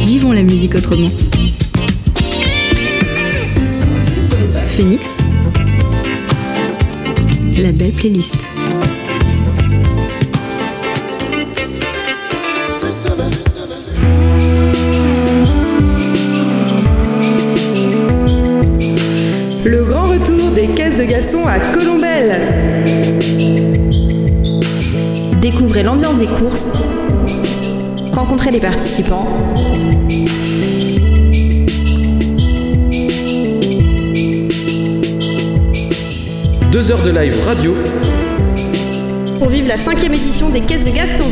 Vivons la musique autrement. Phoenix, la belle playlist. Le grand retour des caisses de Gaston à Colombelles. Découvrez l'ambiance des courses, rencontrez les participants. Deux heures de live radio Pour vivre la 5e édition des caisses de Gaston.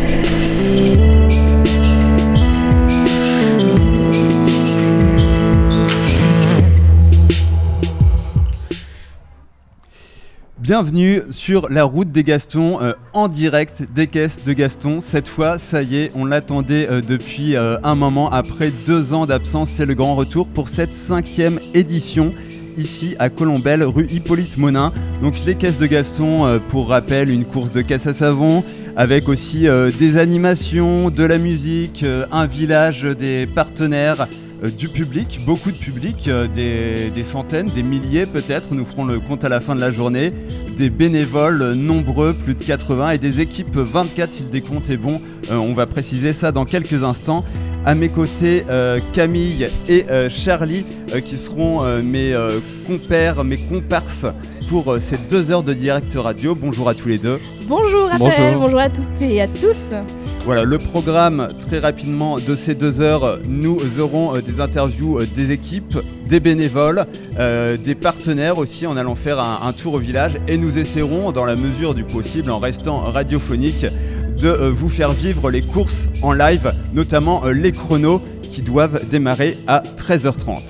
Bienvenue sur la route des Gastons, en direct des caisses de Gaston. Cette fois, ça y est, on l'attendait depuis un moment. Après 2 ans d'absence, c'est le grand retour pour cette 5e édition. Ici à Colombelles, rue Hippolyte-Monin. Donc les caisses de Gaston, pour rappel, une course de caisse à savon, avec aussi des animations, de la musique, un village, des partenaires, du public, beaucoup de public, des centaines, des milliers peut-être, nous ferons le compte à la fin de la journée, des bénévoles nombreux, plus de 80, et des équipes 24 si le décompte est bon, on va préciser ça dans quelques instants. À mes côtés, Camille et Charlie qui seront mes compères, mes comparses pour ces 2 heures de direct radio. Bonjour à tous les deux. Bonjour Raphaël, bonjour à toutes et à tous. Voilà, le programme très rapidement de ces 2 heures, nous aurons des interviews des équipes, des bénévoles, des partenaires aussi en allant faire un tour au village, et nous essaierons dans la mesure du possible, en restant radiophonique, de vous faire vivre les courses en live, notamment les chronos qui doivent démarrer à 13h30.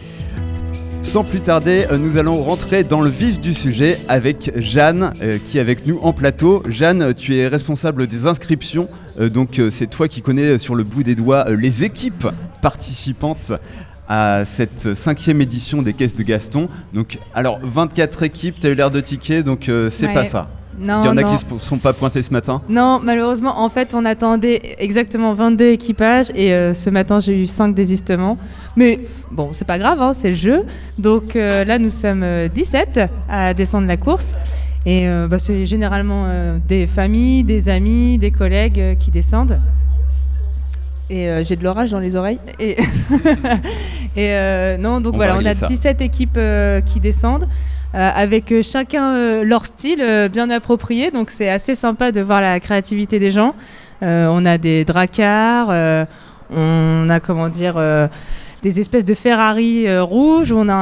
Sans plus tarder, nous allons rentrer dans le vif du sujet avec Jeanne qui est avec nous en plateau. Jeanne, tu es responsable des inscriptions, donc c'est toi qui connais sur le bout des doigts les équipes participantes à cette 5e édition des caisses de Gaston. Donc, alors 24 équipes, tu as eu l'air de tiquer, donc c'est pas ça. Non, il y en a qui ne sont pas pointés ce matin. Non, malheureusement, en fait, on attendait exactement 22 équipages et ce matin, j'ai eu 5 désistements. Mais bon, c'est pas grave, hein, c'est le jeu. Donc là, nous sommes 17 à descendre la course. Et c'est généralement des familles, des amis, des collègues qui descendent. Et j'ai de l'orage dans les oreilles. Et, non, donc voilà, on a 17 équipes qui descendent. Avec chacun leur style bien approprié, donc c'est assez sympa de voir la créativité des gens. On a des dracars, on a des espèces de Ferrari rouges, on a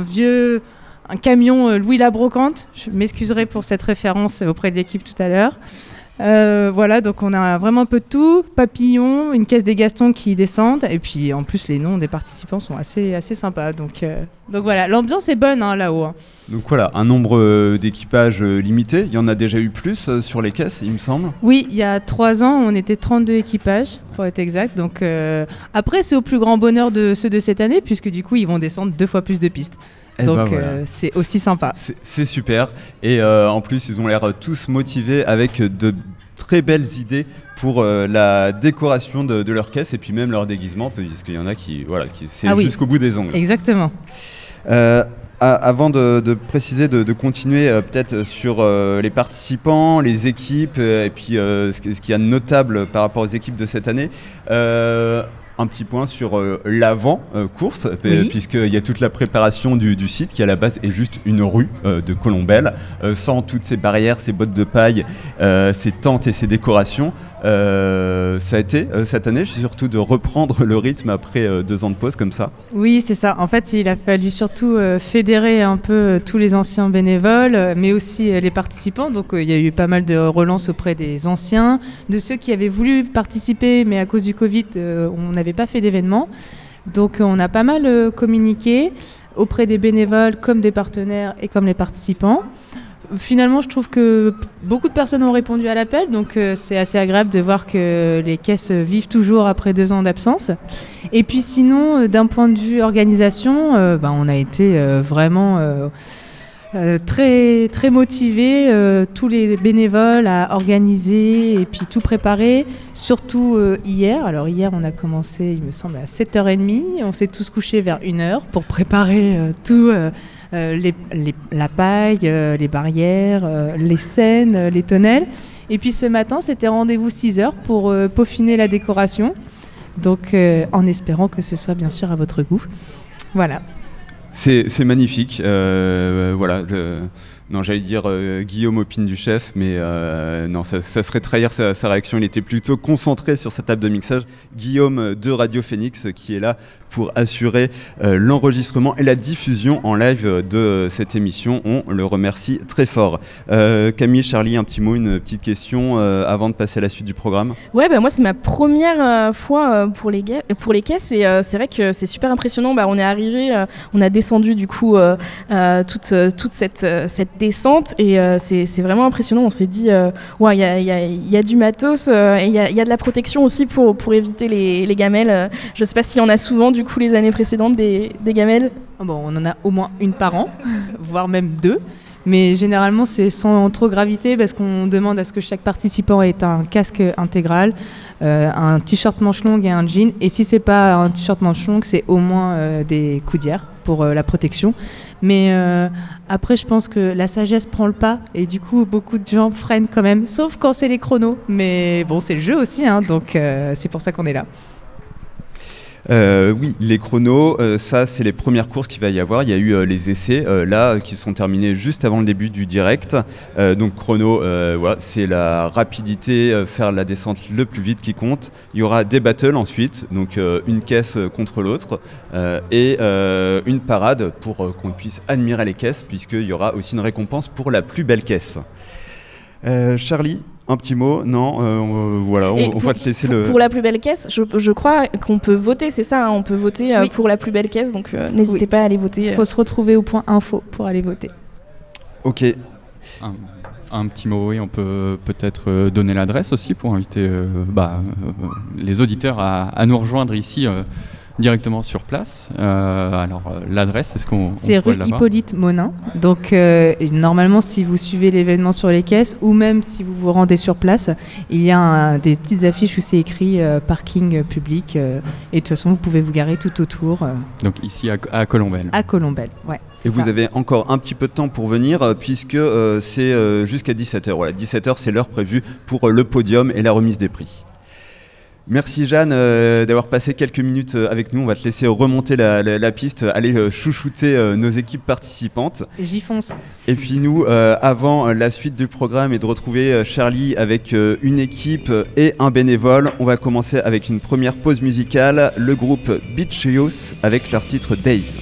un camion Louis la Brocante, je m'excuserai pour cette référence auprès de l'équipe tout à l'heure. Voilà, donc on a vraiment un peu de tout, papillons, une caisse des Gastons qui descendent, et puis en plus les noms des participants sont assez sympas, donc voilà, l'ambiance est bonne là-haut. Hein. Donc voilà, un nombre d'équipages limité, il y en a déjà eu plus sur les caisses, il me semble. Oui, il y a 3 ans, on était 32 équipages, pour être exact, donc après c'est au plus grand bonheur de ceux de cette année, puisque du coup ils vont descendre 2 fois plus de pistes. Donc voilà. C'est aussi sympa. C'est super. Et en plus, ils ont l'air tous motivés avec de très belles idées pour la décoration de leur caisse et puis même leur déguisement, parce qu'il y en a qui c'est jusqu'au bout des ongles. Exactement. Avant de préciser, de continuer peut-être sur les participants, les équipes et puis ce qu'il y a de notable par rapport aux équipes de cette année. Un petit point sur l'avant-course, puisqu'il y a toute la préparation du site qui à la base est juste une rue de Colombelles, sans toutes ces barrières, ces bottes de paille, ces tentes et ces décorations. Ça a été cette année surtout de reprendre le rythme après 2 ans de pause comme ça. Oui, c'est ça. En fait, il a fallu surtout fédérer un peu tous les anciens bénévoles, mais aussi les participants. Donc il y a eu pas mal de relances auprès des anciens, de ceux qui avaient voulu participer, mais à cause du Covid, on n'avait pas fait d'événement. Donc on a pas mal communiqué auprès des bénévoles, comme des partenaires et comme les participants. Finalement, je trouve que beaucoup de personnes ont répondu à l'appel, donc c'est assez agréable de voir que les caisses vivent toujours après 2 ans d'absence. Et puis sinon, d'un point de vue organisation, on a été vraiment très, très motivés, tous les bénévoles à organiser et puis tout préparer, surtout hier. Alors hier, on a commencé, il me semble, à 7h30. On s'est tous couchés vers 1h pour préparer tout, la paille, les barrières, les scènes, les tonnelles. Et puis ce matin, c'était rendez-vous 6h pour peaufiner la décoration. Donc en espérant que ce soit bien sûr à votre goût. Voilà. C'est magnifique. Voilà. Non, j'allais dire Guillaume opine du chef, mais non, ça serait trahir sa réaction. Il était plutôt concentré sur sa table de mixage. Guillaume de Radio Phoenix qui est là pour assurer l'enregistrement et la diffusion en live de cette émission. On le remercie très fort. Camille, Charlie, un petit mot, une petite question avant de passer à la suite du programme. Ouais, moi c'est ma première fois pour les caisses et c'est vrai que c'est super impressionnant. On est arrivé, on a descendu du coup toute cette descente et c'est vraiment impressionnant. On s'est dit, il y a du matos et il y a de la protection aussi pour éviter les gamelles. Je sais pas s'il y en a souvent du coup les années précédentes des gamelles. Bon, on en a au moins une par an, voire même 2. Mais généralement, c'est sans trop gravité parce qu'on demande à ce que chaque participant ait un casque intégral, un t-shirt manche longue et un jean. Et si c'est pas un t-shirt manche longue, c'est au moins des coudières pour la protection. Mais après, je pense que la sagesse prend le pas et du coup, beaucoup de gens freinent quand même, sauf quand c'est les chronos. Mais bon, c'est le jeu aussi, donc c'est pour ça qu'on est là. Oui, les chronos, ça c'est les premières courses qu'il va y avoir. Il y a eu les essais là qui sont terminés juste avant le début du direct. Donc chrono, voilà, c'est la rapidité, faire la descente le plus vite qui compte. Il y aura des battles ensuite, donc une caisse contre l'autre et une parade pour qu'on puisse admirer les caisses puisqu'il y aura aussi une récompense pour la plus belle caisse. Charlie, un petit mot, non, voilà, on va te laisser pour la plus belle caisse, je crois qu'on peut voter, c'est ça, on peut voter oui. Pour la plus belle caisse, donc n'hésitez pas à aller voter. Il faut se retrouver au point info pour aller voter. Ok. Un petit mot, oui, on peut peut-être donner l'adresse aussi pour inviter les auditeurs à nous rejoindre ici directement sur place. L'adresse, est-ce qu'on c'est rue Hippolyte Monin. Donc normalement, si vous suivez l'événement sur les caisses ou même si vous vous rendez sur place, il y a des petites affiches où c'est écrit parking public et de toute façon, vous pouvez vous garer tout autour. Donc ici à Colombelles. À Colombelles, ouais. Et vous avez encore un petit peu de temps pour venir puisque c'est jusqu'à 17h. Voilà, 17h, c'est l'heure prévue pour le podium et la remise des prix. Merci Jeanne d'avoir passé quelques minutes avec nous. On va te laisser remonter la piste, aller chouchouter nos équipes participantes. J'y fonce. Et puis nous, avant la suite du programme et de retrouver Charlie avec une équipe et un bénévole, on va commencer avec une première pause musicale, le groupe Beach Youth avec leur titre Days.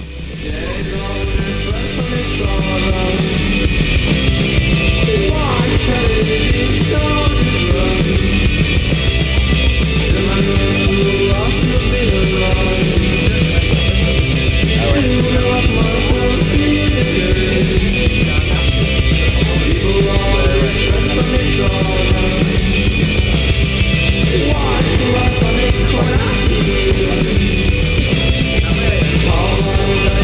Watch like on it,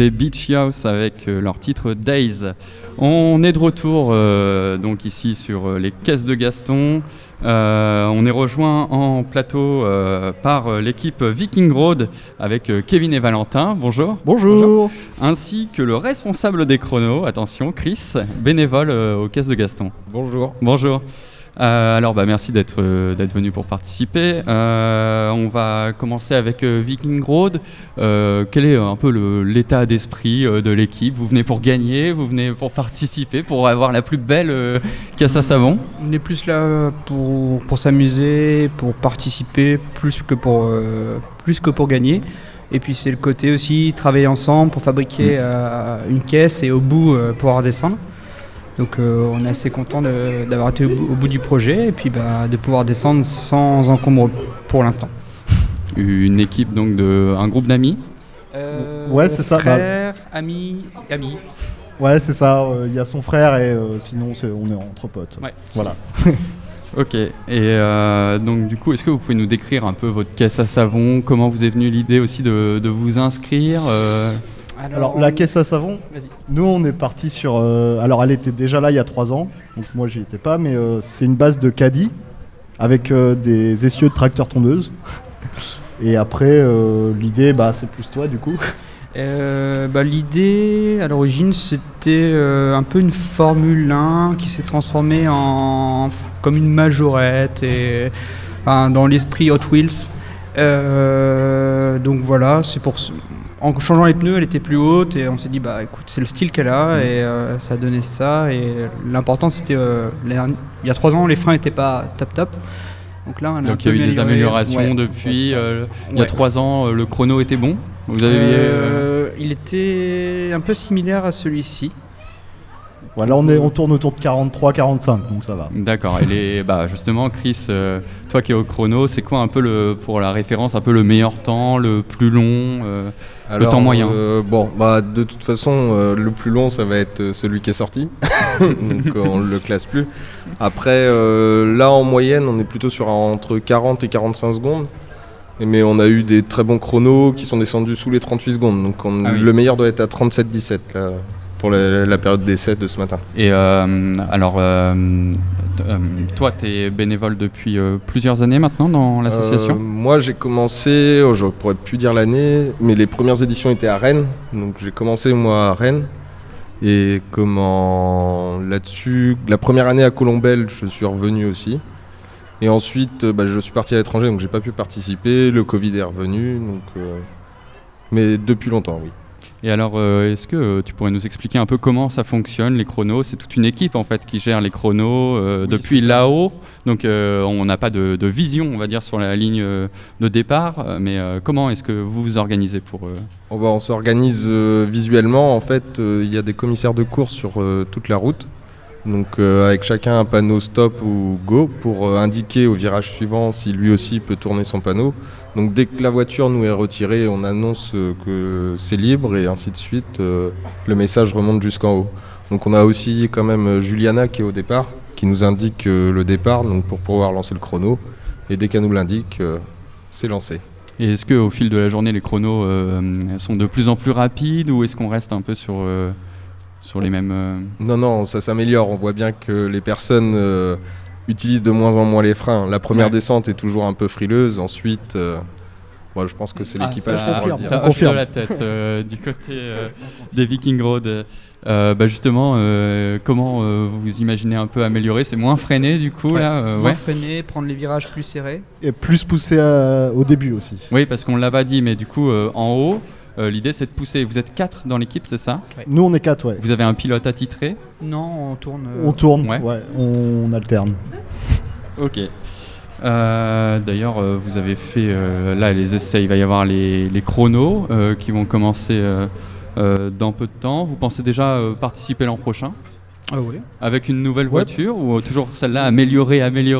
C'était Beach House avec leur titre Days. On est de retour donc ici sur les caisses de Gaston. On est rejoint en plateau par l'équipe Viking Road avec Kevin et Valentin. Bonjour. Bonjour. Ainsi que le responsable des chronos, attention, Chris, bénévole aux caisses de Gaston. Bonjour. Bonjour. Alors merci d'être venu pour participer. On va commencer avec Viking Road. Quel est un peu l'état d'esprit de l'équipe? Vous venez pour gagner, vous venez pour participer, pour avoir la plus belle caisse à savon? On est plus là pour s'amuser, pour participer, plus que pour gagner. Et puis c'est le côté aussi travailler ensemble pour fabriquer une caisse et au bout pouvoir descendre. Donc on est assez content d'avoir été au bout du projet et puis de pouvoir descendre sans encombre pour l'instant. Une équipe donc un groupe d'amis? Ouais, c'est ça. Frères, amis. Ouais, c'est ça. Il y a son frère et sinon on est entre potes. Ouais. Voilà. Ok. Et donc du coup, est-ce que vous pouvez nous décrire un peu votre caisse à savon? Comment vous est venue l'idée aussi de vous inscrire? Alors la caisse à savon, nous on est parti sur... alors elle était déjà là il y a 3 ans, donc moi j'y étais pas, mais c'est une base de caddie avec des essieux de tracteur tondeuse. Et après l'idée, c'est plus toi du coup. L'idée à l'origine c'était un peu une Formule 1 qui s'est transformée comme une majorette et dans l'esprit Hot Wheels. Donc voilà, c'est pour... En changeant les pneus, elle était plus haute et on s'est dit écoute, c'est le style qu'elle a et ça a donné ça. Et l'important c'était il y a 3 ans les freins n'étaient pas top. Donc là on a il y a eu des améliorations depuis. Il y a 3 ans le chrono était bon. Vous avez il était un peu similaire à celui-ci. Voilà, on tourne autour de 43-45, donc ça va. D'accord. Et justement, Chris, toi qui es au chrono, c'est quoi un peu pour la référence, un peu le meilleur temps, le plus long, le temps moyen? De toute façon, le plus long, ça va être celui qui est sorti, donc on ne le classe plus. Après, là en moyenne, on est plutôt sur entre 40 et 45 secondes. Mais on a eu des très bons chronos qui sont descendus sous les 38 secondes, donc le meilleur doit être à 37-17 là. Pour la période d'essai de ce matin. Et toi, tu es bénévole depuis plusieurs années maintenant dans l'association? Moi, j'ai commencé, je ne pourrais plus dire l'année, mais les premières éditions étaient à Rennes. Donc j'ai commencé moi à Rennes. Et là-dessus, la première année à Colombelles, je suis revenu aussi. Et ensuite, je suis parti à l'étranger, donc j'ai pas pu participer. Le Covid est revenu, mais depuis longtemps, oui. Et alors, est-ce que tu pourrais nous expliquer un peu comment ça fonctionne, les chronos? C'est toute une équipe en fait qui gère les chronos depuis là-haut. Donc on n'a pas de vision, on va dire, sur la ligne de départ. Mais comment est-ce que vous vous organisez pour... On s'organise visuellement. En fait, il y a des commissaires de course sur toute la route. Donc avec chacun un panneau stop ou go pour indiquer au virage suivant si lui aussi peut tourner son panneau. Donc dès que la voiture nous est retirée, on annonce que c'est libre et ainsi de suite. Le message remonte jusqu'en haut. Donc on a aussi quand même Juliana qui est au départ, qui nous indique le départ donc pour pouvoir lancer le chrono. Et dès qu'elle nous l'indique, c'est lancé. Et est-ce qu'au fil de la journée, les chronos sont de plus en plus rapides ou est-ce qu'on reste un peu sur les mêmes... Non, ça s'améliore. On voit bien que les personnes utilisent de moins en moins les freins. La première descente est toujours un peu frileuse. Ensuite, je pense que c'est l'équipage qui va le dire. Ça hoche de la tête du côté des Viking Road. Justement, comment vous imaginez un peu améliorer? C'est moins freiné du coup là moins freiné, prendre les virages plus serrés. Et plus poussé au début aussi. Oui, parce qu'on ne l'a pas dit, mais du coup, en haut, l'idée c'est de pousser. Vous êtes 4 dans l'équipe, c'est ça? Ouais. Nous on est 4, ouais. Vous avez un pilote attitré? Non, on tourne. On tourne, ouais, on alterne. Ok. D'ailleurs, vous avez fait là les essais. Il va y avoir les chronos qui vont commencer dans peu de temps. Vous pensez déjà participer l'an prochain? Oui. Avec une nouvelle voiture ou toujours celle-là améliorer,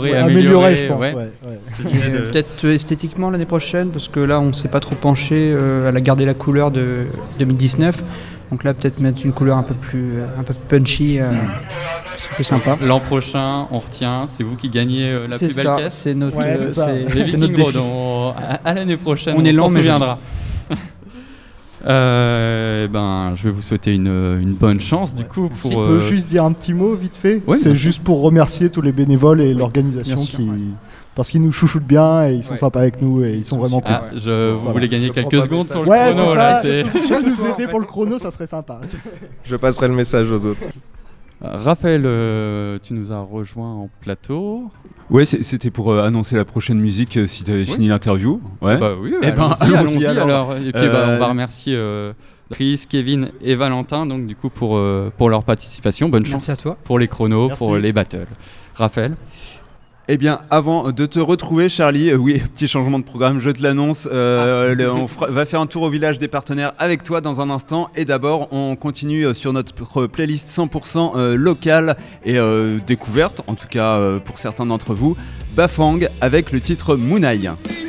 je pense. Ouais. Peut-être esthétiquement l'année prochaine parce que là on ne s'est pas trop penché. Elle a gardé la couleur de 2019. Donc là peut-être mettre une couleur un peu plus punchy, c'est plus sympa. L'an prochain on retient, c'est vous qui gagnez la plus belle caisse. C'est notre, les Viking Road. À l'année prochaine on est s'en souviendra. Je vais vous souhaiter une bonne chance du coup. Si je peux juste dire un petit mot vite fait, ouais, c'est juste pour remercier tous les bénévoles et l'organisation parce qu'ils nous chouchoutent bien et ils sont sympas avec nous et ils sont vraiment cool. Vous voulez gagner quelques secondes sur le chrono chrono là, c'est si tu peux nous aider pour le chrono, ça serait sympa. Je passerai le message aux autres. Raphaël, tu nous as rejoint en plateau. Ouais, c'était pour annoncer la prochaine musique si tu avais fini l'interview. Ouais. Bah oui, allons-y alors. Et puis on va remercier Chris, Kevin et Valentin donc du coup pour leur participation. Bonne chance à toi. Pour les chronos, pour les battles. Raphaël. Eh bien, avant de te retrouver, Charlie, oui, petit changement de programme, je te l'annonce. On va faire un tour au village des partenaires avec toi dans un instant. Et d'abord, on continue sur notre playlist 100% locale et découverte, en tout cas pour certains d'entre vous, Bafang avec le titre Moonai.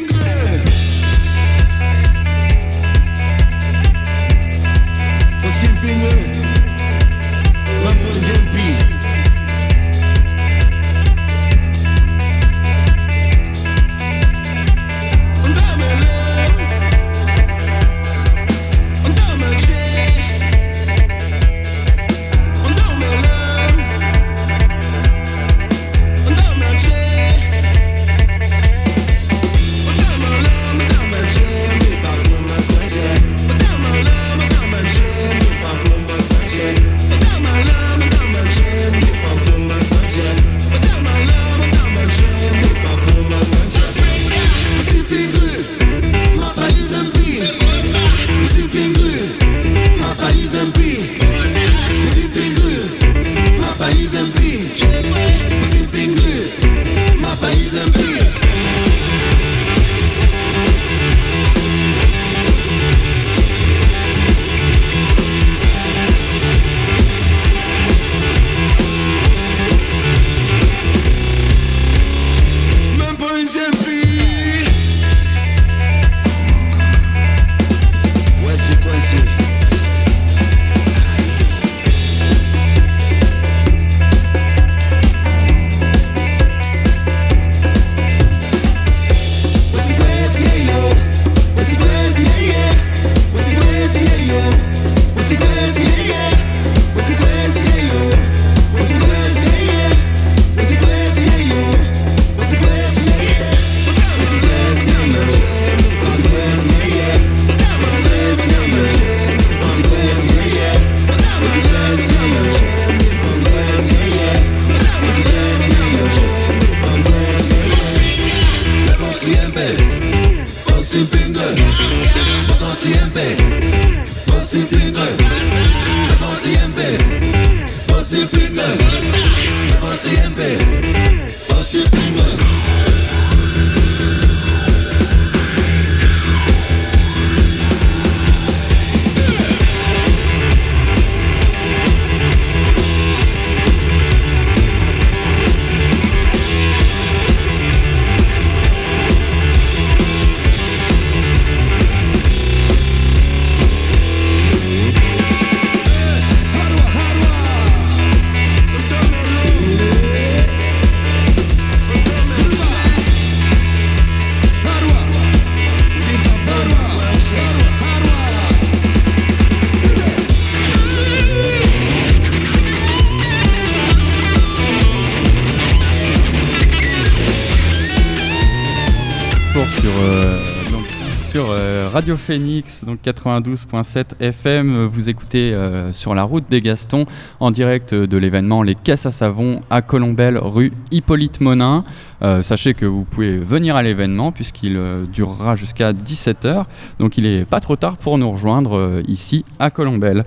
Radio Phoenix, donc 92.7 FM. Vous écoutez sur la route des Gastons en direct de l'événement Les Caisses à Savon à Colombelles, rue Hippolyte Monin. Sachez que vous pouvez venir à l'événement puisqu'il durera jusqu'à 17h. Donc il n'est pas trop tard pour nous rejoindre ici à Colombelles.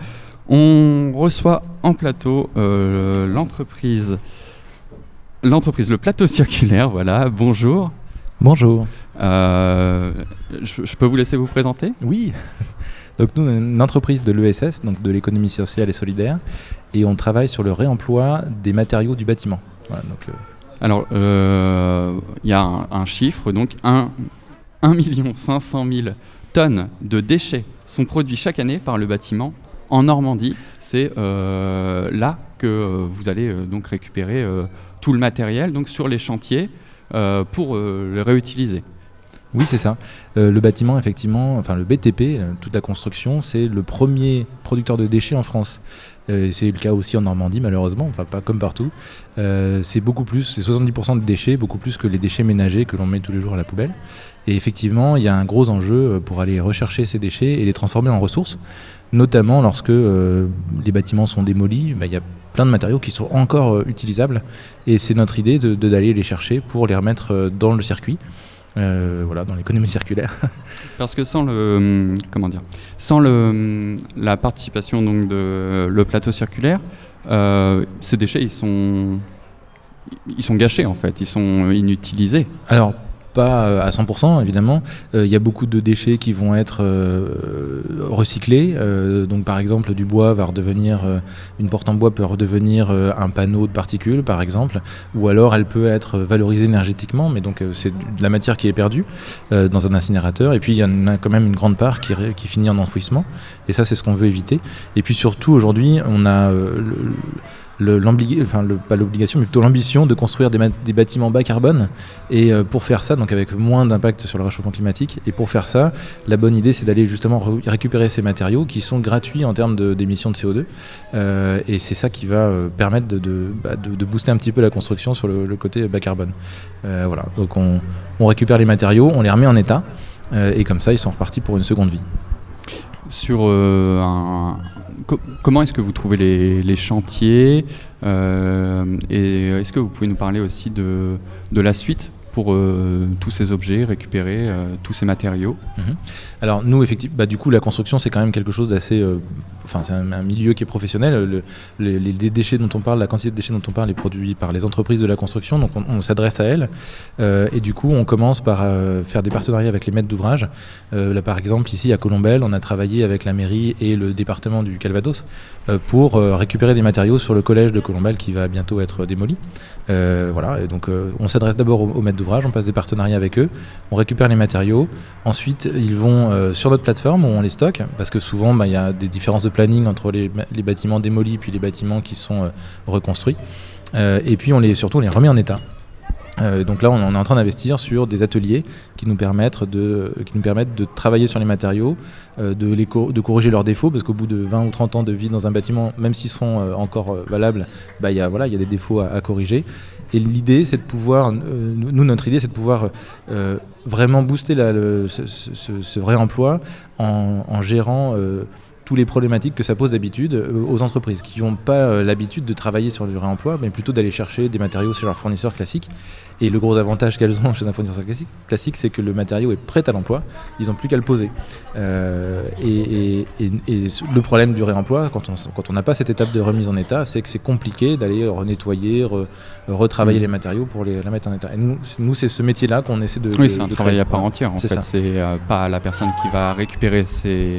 On reçoit en plateau l'entreprise Le Plateau Circulaire. Voilà, bonjour. Bonjour. Je peux vous laisser vous présenter ? Oui. Donc nous, on est une entreprise de l'ESS, donc de l'économie sociale et solidaire, et on travaille sur le réemploi des matériaux du bâtiment. Voilà, donc, Alors, il y a un chiffre, donc 1 500 000 tonnes de déchets sont produits chaque année par le bâtiment en Normandie. C'est là que vous allez donc récupérer tout le matériel donc sur les chantiers pour le réutiliser. Oui, c'est ça. Le bâtiment, effectivement, enfin le BTP, toute la construction, c'est le premier producteur de déchets en France. C'est le cas aussi en Normandie, malheureusement, enfin pas comme partout. C'est beaucoup plus, c'est 70% de déchets, beaucoup plus que les déchets ménagers que l'on met tous les jours à la poubelle. Et effectivement, il y a un gros enjeu pour aller rechercher ces déchets et les transformer en ressources, notamment lorsque les bâtiments sont démolis, il y a plein de matériaux qui sont encore utilisables. Et c'est notre idée d'aller les chercher pour les remettre dans le circuit. Dans l'économie circulaire. Parce que sans la participation donc de le plateau circulaire, ces déchets ils sont gâchés en fait, ils sont inutilisés. Alors pas à 100% évidemment, il y a beaucoup de déchets qui vont être recyclés, donc par exemple du bois va redevenir, une porte en bois peut redevenir un panneau de particules par exemple, ou alors elle peut être valorisée énergétiquement, mais donc c'est de la matière qui est perdue dans un incinérateur, et puis il y en a quand même une grande part qui finit en enfouissement, et ça c'est ce qu'on veut éviter. Et puis surtout aujourd'hui on a pas l'obligation, mais plutôt l'ambition de construire des bâtiments bas carbone, et pour faire ça, donc avec moins d'impact sur le réchauffement climatique, et pour faire ça, la bonne idée c'est d'aller justement récupérer ces matériaux qui sont gratuits en termes d'émissions de CO2, et c'est ça qui va permettre de booster un petit peu la construction sur le côté bas carbone. Donc on récupère les matériaux, on les remet en état, et comme ça ils sont repartis pour une seconde vie. Sur comment est-ce que vous trouvez les chantiers, et est-ce que vous pouvez nous parler aussi de la suite pour tous ces objets, récupérer tous ces matériaux? Alors nous, effectivement, du coup, la construction, c'est quand même quelque chose d'assez... c'est un milieu qui est professionnel. Les déchets dont on parle, la quantité de déchets dont on parle est produite par les entreprises de la construction, donc on s'adresse à elles. Et du coup, on commence par faire des partenariats avec les maîtres d'ouvrage. Là, par exemple, ici à Colombelles, on a travaillé avec la mairie et le département du Calvados pour récupérer des matériaux sur le collège de Colombelles qui va bientôt être démoli. Et donc on s'adresse d'abord aux maîtres d'ouvrage, on passe des partenariats avec eux, on récupère les matériaux, ensuite ils vont sur notre plateforme où on les stocke, parce que souvent il y a des différences de planning entre les bâtiments démolis puis les bâtiments qui sont reconstruits, et puis surtout on les remet en état. Donc là, on est en train d'investir sur des ateliers qui nous permettent de travailler sur les matériaux, de corriger leurs défauts, parce qu'au bout de 20 ou 30 ans de vie dans un bâtiment, même s'ils sont encore valables, il y a des défauts à corriger. Et l'idée, c'est de pouvoir, notre idée, c'est de pouvoir vraiment booster ce vrai emploi en gérant toutes les problématiques que ça pose d'habitude aux entreprises qui n'ont pas l'habitude de travailler sur le réemploi, mais plutôt d'aller chercher des matériaux chez leurs fournisseurs classiques. Et le gros avantage qu'elles ont chez un fournisseur classique, c'est que le matériau est prêt à l'emploi, ils n'ont plus qu'à le poser. Et le problème du réemploi, quand on n'a pas cette étape de remise en état, c'est que c'est compliqué d'aller renettoyer, retravailler les matériaux pour les mettre en état. Et nous c'est ce métier-là qu'on essaie de... Oui, c'est un travail à part entière en fait. C'est pas la personne qui va récupérer ces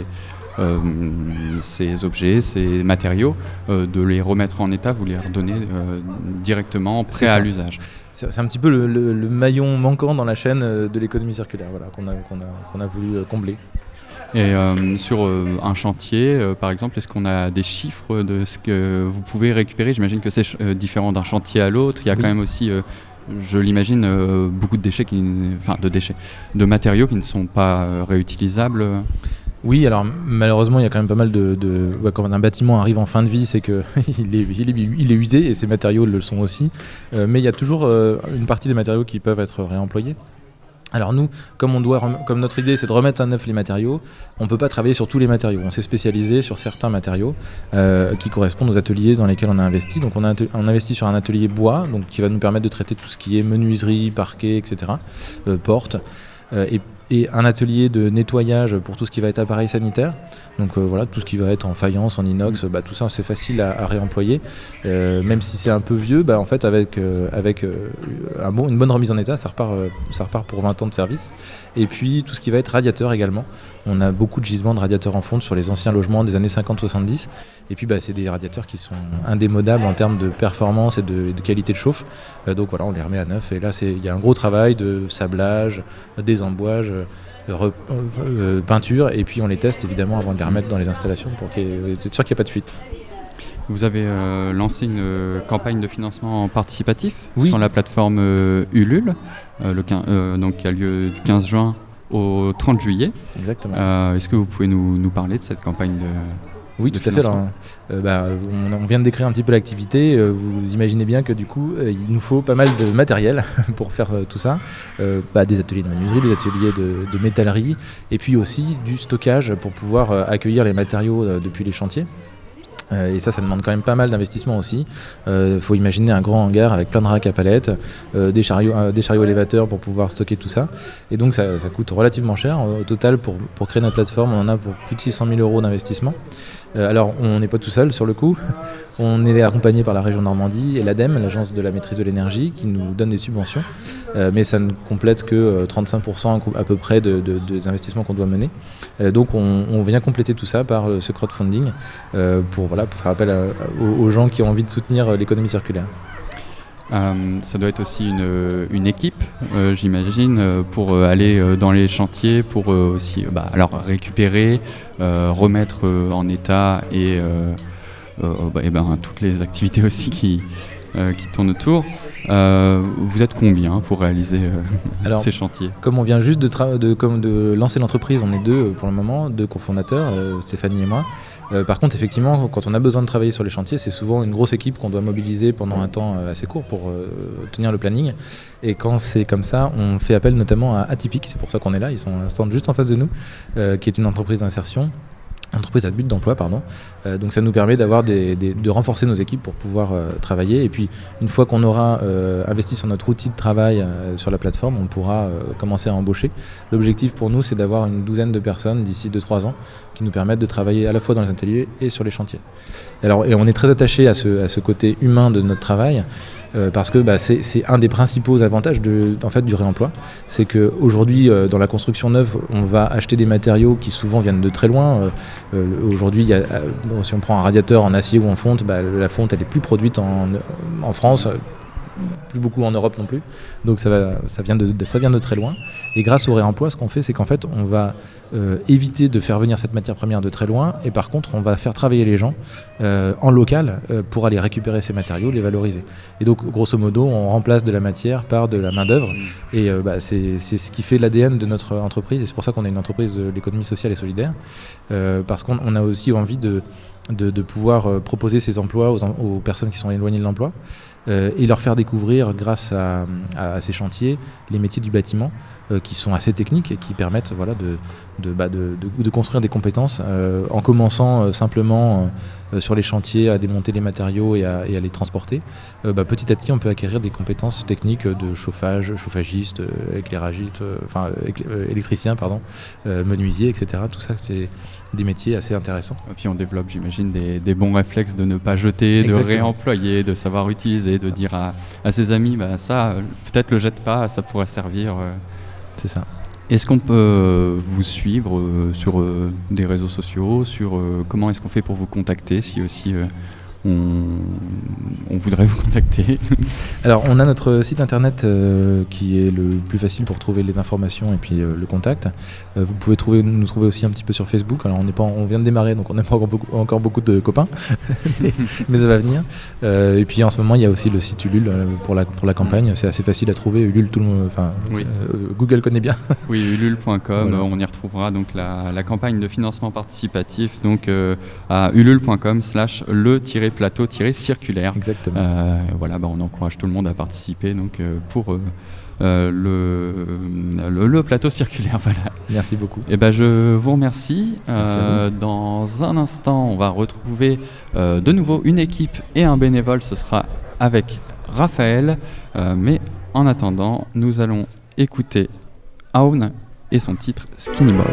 objets, ces matériaux, de les remettre en état, vous les redonnez directement prêts à l'usage. C'est un petit peu le maillon manquant dans la chaîne de l'économie circulaire, qu'on a voulu combler. Et sur un chantier, par exemple, est-ce qu'on a des chiffres de ce que vous pouvez récupérer? J'imagine que c'est différent d'un chantier à l'autre. Il y a quand même aussi, je l'imagine, beaucoup de de matériaux qui ne sont pas réutilisables. Oui, alors malheureusement, il y a quand même pas mal quand un bâtiment arrive en fin de vie, c'est qu'il est usé, et ces matériaux le sont aussi. Mais il y a toujours une partie des matériaux qui peuvent être réemployés. Alors nous, comme notre idée c'est de remettre à neuf les matériaux, on ne peut pas travailler sur tous les matériaux. On s'est spécialisé sur certains matériaux qui correspondent aux ateliers dans lesquels on a investi. Donc on investit sur un atelier bois, donc qui va nous permettre de traiter tout ce qui est menuiserie, parquet, etc., portes. Et un atelier de nettoyage pour tout ce qui va être appareil sanitaire. Donc tout ce qui va être en faïence, en inox, tout ça c'est facile à réemployer. Même si c'est un peu vieux, en fait avec une bonne remise en état, ça repart pour 20 ans de service. Et puis tout ce qui va être radiateur également. On a beaucoup de gisements de radiateurs en fonte sur les anciens logements des années 50-70. Et puis c'est des radiateurs qui sont indémodables en termes de performance et de qualité de chauffe. Donc on les remet à neuf. Et là il y a un gros travail de sablage, désembouage, peinture, et puis on les teste évidemment avant de les remettre dans les installations pour être sûr qu'il n'y a pas de fuite. Vous avez lancé une campagne de financement participatif sur la plateforme Ulule, donc qui a lieu du 15 juin au 30 juillet. Exactement. Est-ce que vous pouvez nous parler de cette campagne Oui, tout à fait. Alors, on vient de décrire un petit peu l'activité. Vous imaginez bien que du coup, il nous faut pas mal de matériel pour faire tout ça. Des ateliers de menuiserie, des ateliers de métallerie, et puis aussi du stockage pour pouvoir accueillir les matériaux depuis les chantiers. Et ça demande quand même pas mal d'investissement aussi. Faut imaginer un grand hangar avec plein de racks à palettes, des chariots élévateurs pour pouvoir stocker tout ça. Et donc ça coûte relativement cher. Au total, pour créer notre plateforme, on en a pour plus de 600 000 € d'investissement. Alors on n'est pas tout seul sur le coup. On est accompagné par la région Normandie et l'ADEME, l'agence de la maîtrise de l'énergie, qui nous donne des subventions. Mais ça ne complète que 35% à peu près des investissements qu'on doit mener. Donc on vient compléter tout ça par ce crowdfunding pour faire appel aux gens qui ont envie de soutenir l'économie circulaire. Ça doit être aussi une équipe, j'imagine, pour aller dans les chantiers, pour aussi récupérer, remettre en état et toutes les activités aussi qui tournent autour. Vous êtes combien pour réaliser ces chantiers ? Comme on vient juste de lancer l'entreprise, on est 2 pour le moment, 2 cofondateurs, Stéphanie et moi. Par contre, effectivement, quand on a besoin de travailler sur les chantiers, c'est souvent une grosse équipe qu'on doit mobiliser pendant un temps assez court pour tenir le planning. Et quand c'est comme ça, on fait appel notamment à Atypique, c'est pour ça qu'on est là, ils sont un stand juste en face de nous, qui est une entreprise d'insertion. Entreprise à but d'emploi, pardon. Donc ça nous permet de renforcer nos équipes pour pouvoir travailler. Et puis une fois qu'on aura investi sur notre outil de travail sur la plateforme, on pourra commencer à embaucher. L'objectif pour nous, c'est d'avoir une douzaine de personnes d'ici 2-3 ans qui nous permettent de travailler à la fois dans les ateliers et sur les chantiers. Et on est très attaché à ce côté humain de notre travail. Parce que c'est un des principaux avantages du réemploi. C'est qu'aujourd'hui, dans la construction neuve, on va acheter des matériaux qui souvent viennent de très loin. Aujourd'hui, si on prend un radiateur en acier ou en fonte, la fonte elle est plus produite en France, plus beaucoup en Europe non plus. Donc ça vient de très loin. Et grâce au réemploi, ce qu'on fait, c'est qu'en fait, on va éviter de faire venir cette matière première de très loin. Et par contre, on va faire travailler les gens en local pour aller récupérer ces matériaux, les valoriser. Et donc, grosso modo, on remplace de la matière par de la main-d'œuvre. Et c'est ce qui fait l'ADN de notre entreprise. Et c'est pour ça qu'on est une entreprise de l'économie sociale et solidaire. Parce qu'on a aussi envie de pouvoir proposer ces emplois aux personnes qui sont éloignées de l'emploi. Et leur faire découvrir, grâce à ces chantiers, les métiers du bâtiment qui sont assez techniques et qui permettent de construire des compétences en commençant simplement sur les chantiers à démonter les matériaux et à les transporter. Petit à petit, on peut acquérir des compétences techniques de chauffagiste, éclairagiste, électricien, menuisier, etc. Tout ça, c'est des métiers assez intéressants. Et puis on développe, j'imagine, des bons réflexes de ne pas jeter, de réemployer, de savoir utiliser, de dire à ses amis, ça, peut-être le jette pas, ça pourrait servir. C'est ça. Est-ce qu'on peut vous suivre sur des réseaux sociaux, comment est-ce qu'on fait pour vous contacter si aussi on voudrait vous contacter? Alors on a notre site internet qui est le plus facile pour trouver les informations et puis le contact. Vous pouvez nous trouver aussi un petit peu sur Facebook. Alors on vient de démarrer, donc on n'a pas encore beaucoup de copains, mais ça va venir. Et puis en ce moment il y a aussi le site Ulule pour la campagne. C'est assez facile à trouver. Ulule, tout le monde, Google connaît bien. Oui, ulule.com. Voilà. On y retrouvera donc la campagne de financement participatif donc à ulule.com/le-plateau-circulaire. Exactement. On encourage tout le monde à participer donc pour le plateau circulaire. Voilà. Merci beaucoup. Je vous remercie. Merci dans un instant, on va retrouver de nouveau une équipe et un bénévole. Ce sera avec Raphaël. Mais en attendant, nous allons écouter Aoun et son titre Skinny Boy.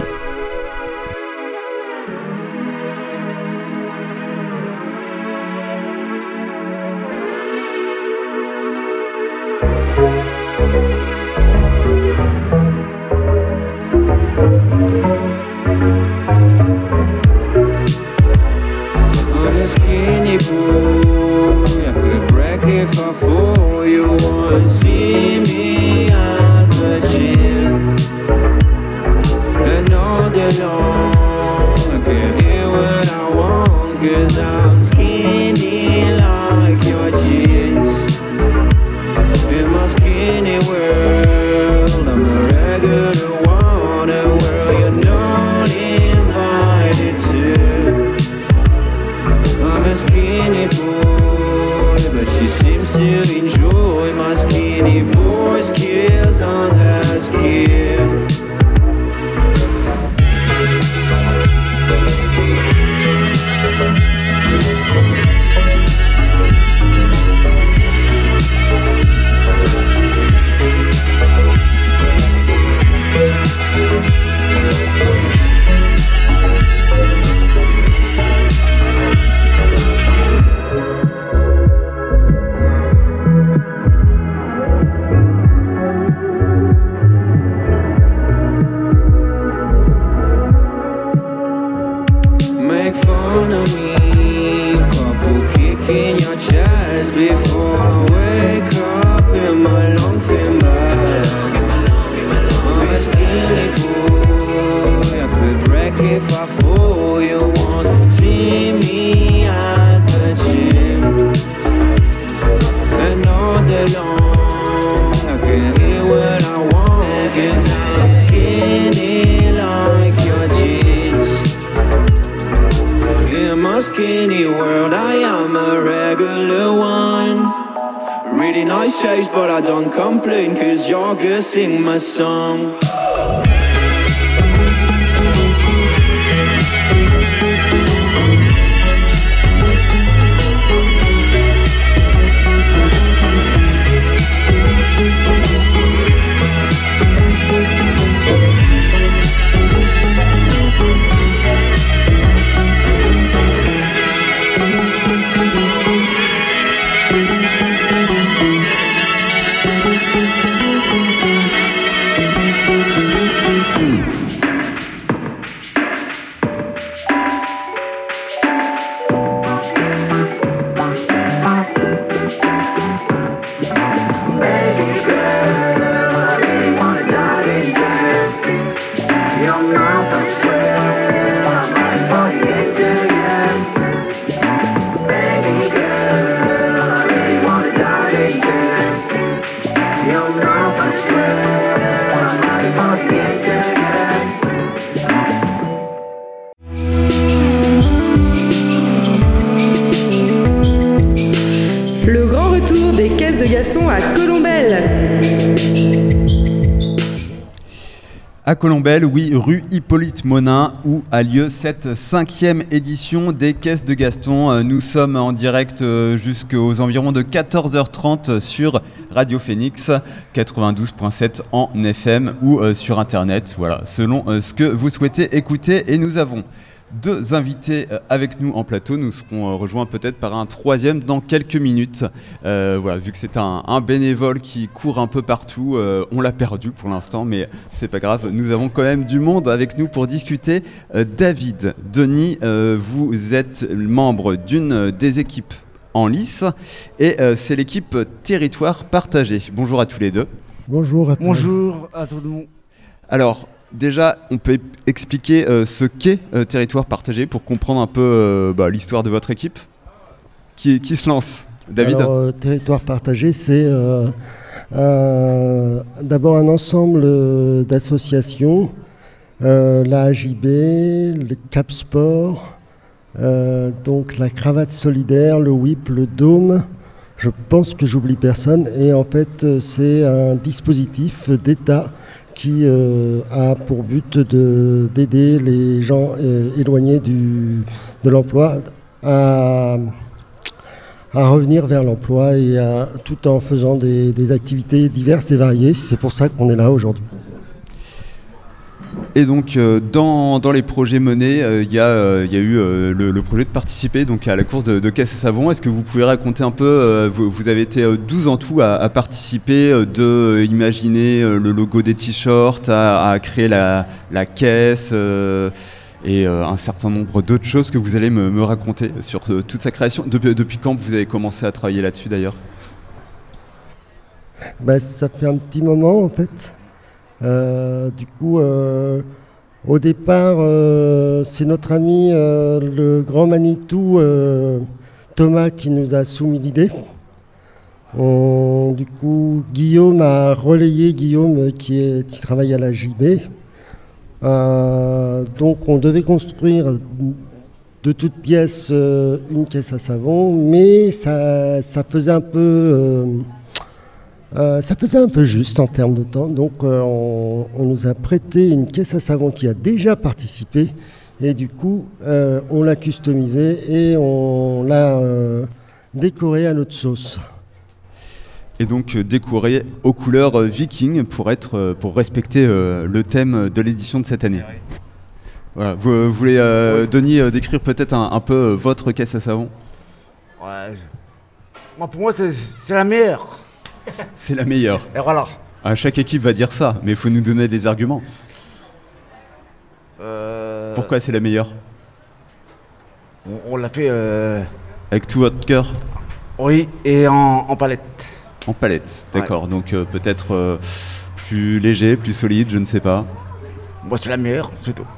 See me at the gym, and all sans husky. Make fun of me, purple kicking your chest before I wake up in my long thin bed. I'm a skinny boy, I could break if I fall. You won't see me at the gym, and all day long I can hear what I want, 'cause I'm skinny like your jeans. In my skinny world, I am a regular one. Really nice shapes, but I don't complain, 'cause you're good, sing my song. Le grand retour des caisses de Gaston à Colombelles. À Colombelles, oui, rue Hippolyte Monin, où a lieu cette 5e édition des Caisses de Gaston. Nous sommes en direct jusqu'aux environs de 14h30 sur Radio Phoenix, 92.7 en FM ou sur Internet, voilà, selon ce que vous souhaitez écouter. Et nous avons deux invités avec nous en plateau. Nous serons rejoints peut-être par un troisième dans quelques minutes. Voilà, vu que c'est un bénévole qui court un peu partout, on l'a perdu pour l'instant, mais c'est pas grave. Nous avons quand même du monde avec nous pour discuter. David, Denis, vous êtes membre d'une des équipes en lice et c'est l'équipe Territoire Partagé. Bonjour à tous les deux. Bonjour à tous. Bonjour à tout le monde. Alors, déjà, on peut expliquer ce qu'est Territoire Partagé pour comprendre un peu l'histoire de votre équipe. Qui se lance? David? Alors, Territoire Partagé, c'est d'abord un ensemble d'associations, la AJB, le Cap Sport, donc la Cravate Solidaire, le WIP, le Dôme. Je pense que j'oublie personne. Et en fait, c'est un dispositif d'État qui a pour but d'aider les gens éloignés de l'emploi à revenir vers l'emploi et tout en faisant des activités diverses et variées. C'est pour ça qu'on est là aujourd'hui. Et donc dans les projets menés, il y a eu le projet de participer donc, à la course de caisse à savon. Est-ce que vous pouvez raconter un peu, vous avez été 12 en tout à participer, de imaginer le logo des t-shirts, à créer la caisse et un certain nombre d'autres choses que vous allez me raconter sur toute sa création. Depuis quand vous avez commencé à travailler là-dessus d'ailleurs? Ça fait un petit moment en fait. Du coup, au départ, c'est notre ami le grand Manitou Thomas qui nous a soumis l'idée. Du coup, Guillaume a relayé, Guillaume qui travaille à la JB. Donc on devait construire de toutes pièces une caisse à savon, mais ça faisait un peu Ça faisait un peu juste en termes de temps, donc on nous a prêté une caisse à savon qui a déjà participé, et du coup on l'a customisée et on l'a décorée à notre sauce. Et donc décorée aux couleurs viking pour respecter le thème de l'édition de cette année. Voilà. Vous voulez, Denis, décrire peut-être un peu votre caisse à savon ? Ouais. Moi, pour moi, c'est la meilleure. C'est la meilleure. Et voilà. Chaque équipe va dire ça, mais il faut nous donner des arguments. Pourquoi c'est la meilleure ? On l'a fait... Avec tout votre cœur ? Oui, et en palette. En palette, d'accord. Ouais. Donc peut-être plus léger, plus solide, je ne sais pas. Moi, c'est la meilleure, c'est tout.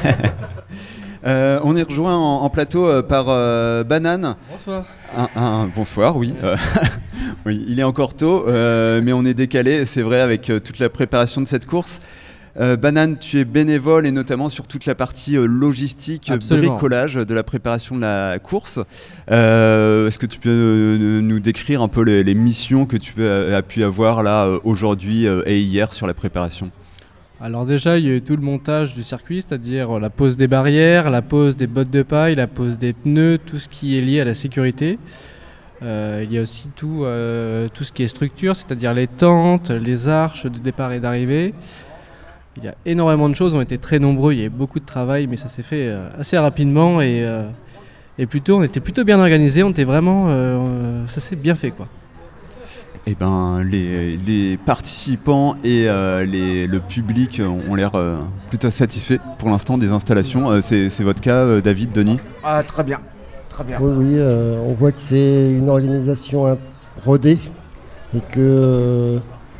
On est rejoint en plateau par Banane. Bonsoir. Bonsoir, oui. Oui, il est encore tôt, mais on est décalé, c'est vrai, avec toute la préparation de cette course. Banane, tu es bénévole et notamment sur toute la partie logistique, bricolage de la préparation de la course. Est-ce que tu peux nous décrire un peu les missions que tu as pu avoir là aujourd'hui et hier sur la préparation ? Alors déjà, il y a eu tout le montage du circuit, c'est-à-dire la pose des barrières, la pose des bottes de paille, la pose des pneus, tout ce qui est lié à la sécurité. Il y a aussi tout ce qui est structure, c'est-à-dire les tentes, les arches de départ et d'arrivée. Il y a énormément de choses, on était très nombreux, il y a eu beaucoup de travail, mais ça s'est fait assez rapidement et on était plutôt bien organisés, on était vraiment, ça s'est bien fait quoi. Eh ben, les participants et le public ont l'air plutôt satisfaits pour l'instant des installations. C'est votre cas, David, Denis ? Très bien, très bien. Oui, on voit que c'est une organisation rodée et que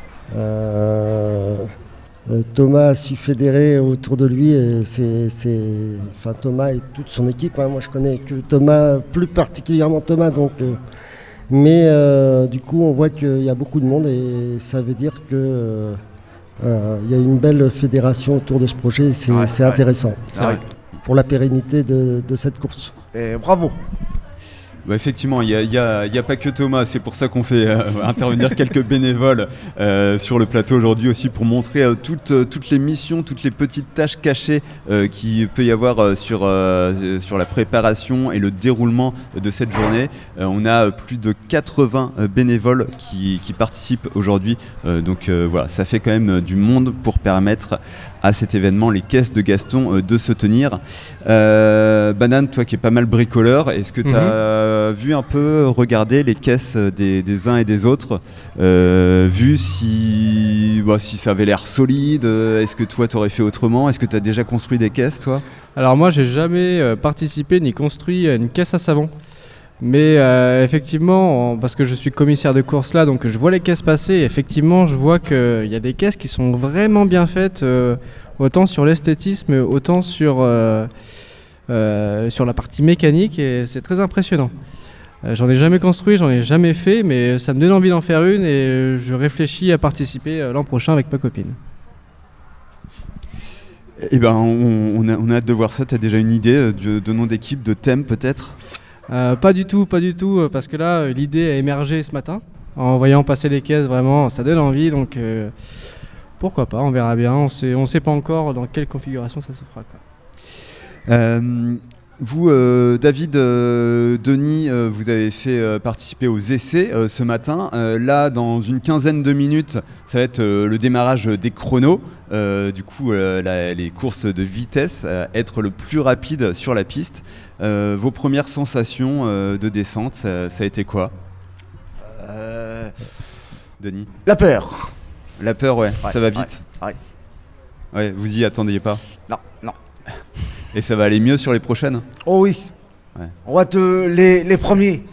Thomas a su fédérer autour de lui, et Thomas et toute son équipe. Moi, je connais que Thomas, plus particulièrement Thomas, donc. Mais du coup, on voit qu'il y a beaucoup de monde et ça veut dire qu'il y a une belle fédération autour de ce projet. Et c'est intéressant pour la pérennité de cette course. Et bravo. Bah effectivement, il y a pas que Thomas, c'est pour ça qu'on fait intervenir quelques bénévoles sur le plateau aujourd'hui aussi pour montrer toutes les missions, toutes les petites tâches cachées qu'il peut y avoir sur la préparation et le déroulement de cette journée. On a plus de 80 bénévoles qui participent aujourd'hui, donc voilà, ça fait quand même du monde pour permettre à cet événement, les caisses de Gaston, de se tenir. Banane, toi qui es pas mal bricoleur, est-ce que tu as vu un peu, regardé les caisses des uns et des autres, vu si ça avait l'air solide, est-ce que toi tu aurais fait autrement, est-ce que tu as déjà construit des caisses toi ? Alors moi j'ai jamais participé ni construit une caisse à savon. Mais effectivement, parce que je suis commissaire de course là, donc je vois les caisses passer, et effectivement je vois qu'il y a des caisses qui sont vraiment bien faites, autant sur l'esthétisme, autant sur la partie mécanique, et c'est très impressionnant. J'en ai jamais construit, j'en ai jamais fait, mais ça me donne envie d'en faire une, et je réfléchis à participer l'an prochain avec ma copine. Eh ben, on a hâte de voir ça. Tu as déjà une idée de nom d'équipe, de thème peut-être ? Pas du tout, parce que là, l'idée a émergé ce matin. En voyant passer les caisses, vraiment, ça donne envie, donc pourquoi pas, on verra bien. On sait pas encore dans quelle configuration ça se fera, quoi. Vous, David, Denis, vous avez fait participer aux essais ce matin. Là, dans une quinzaine de minutes, ça va être le démarrage des chronos. Du coup, les courses de vitesse, être le plus rapide sur la piste. Vos premières sensations de descente, ça a été quoi, Denis ? La peur. La peur, ouais. Ça va vite. Ouais, vous y attendiez pas ? Non. Et ça va aller mieux sur les prochaines ? Oh oui. Ouais. On va être les premiers.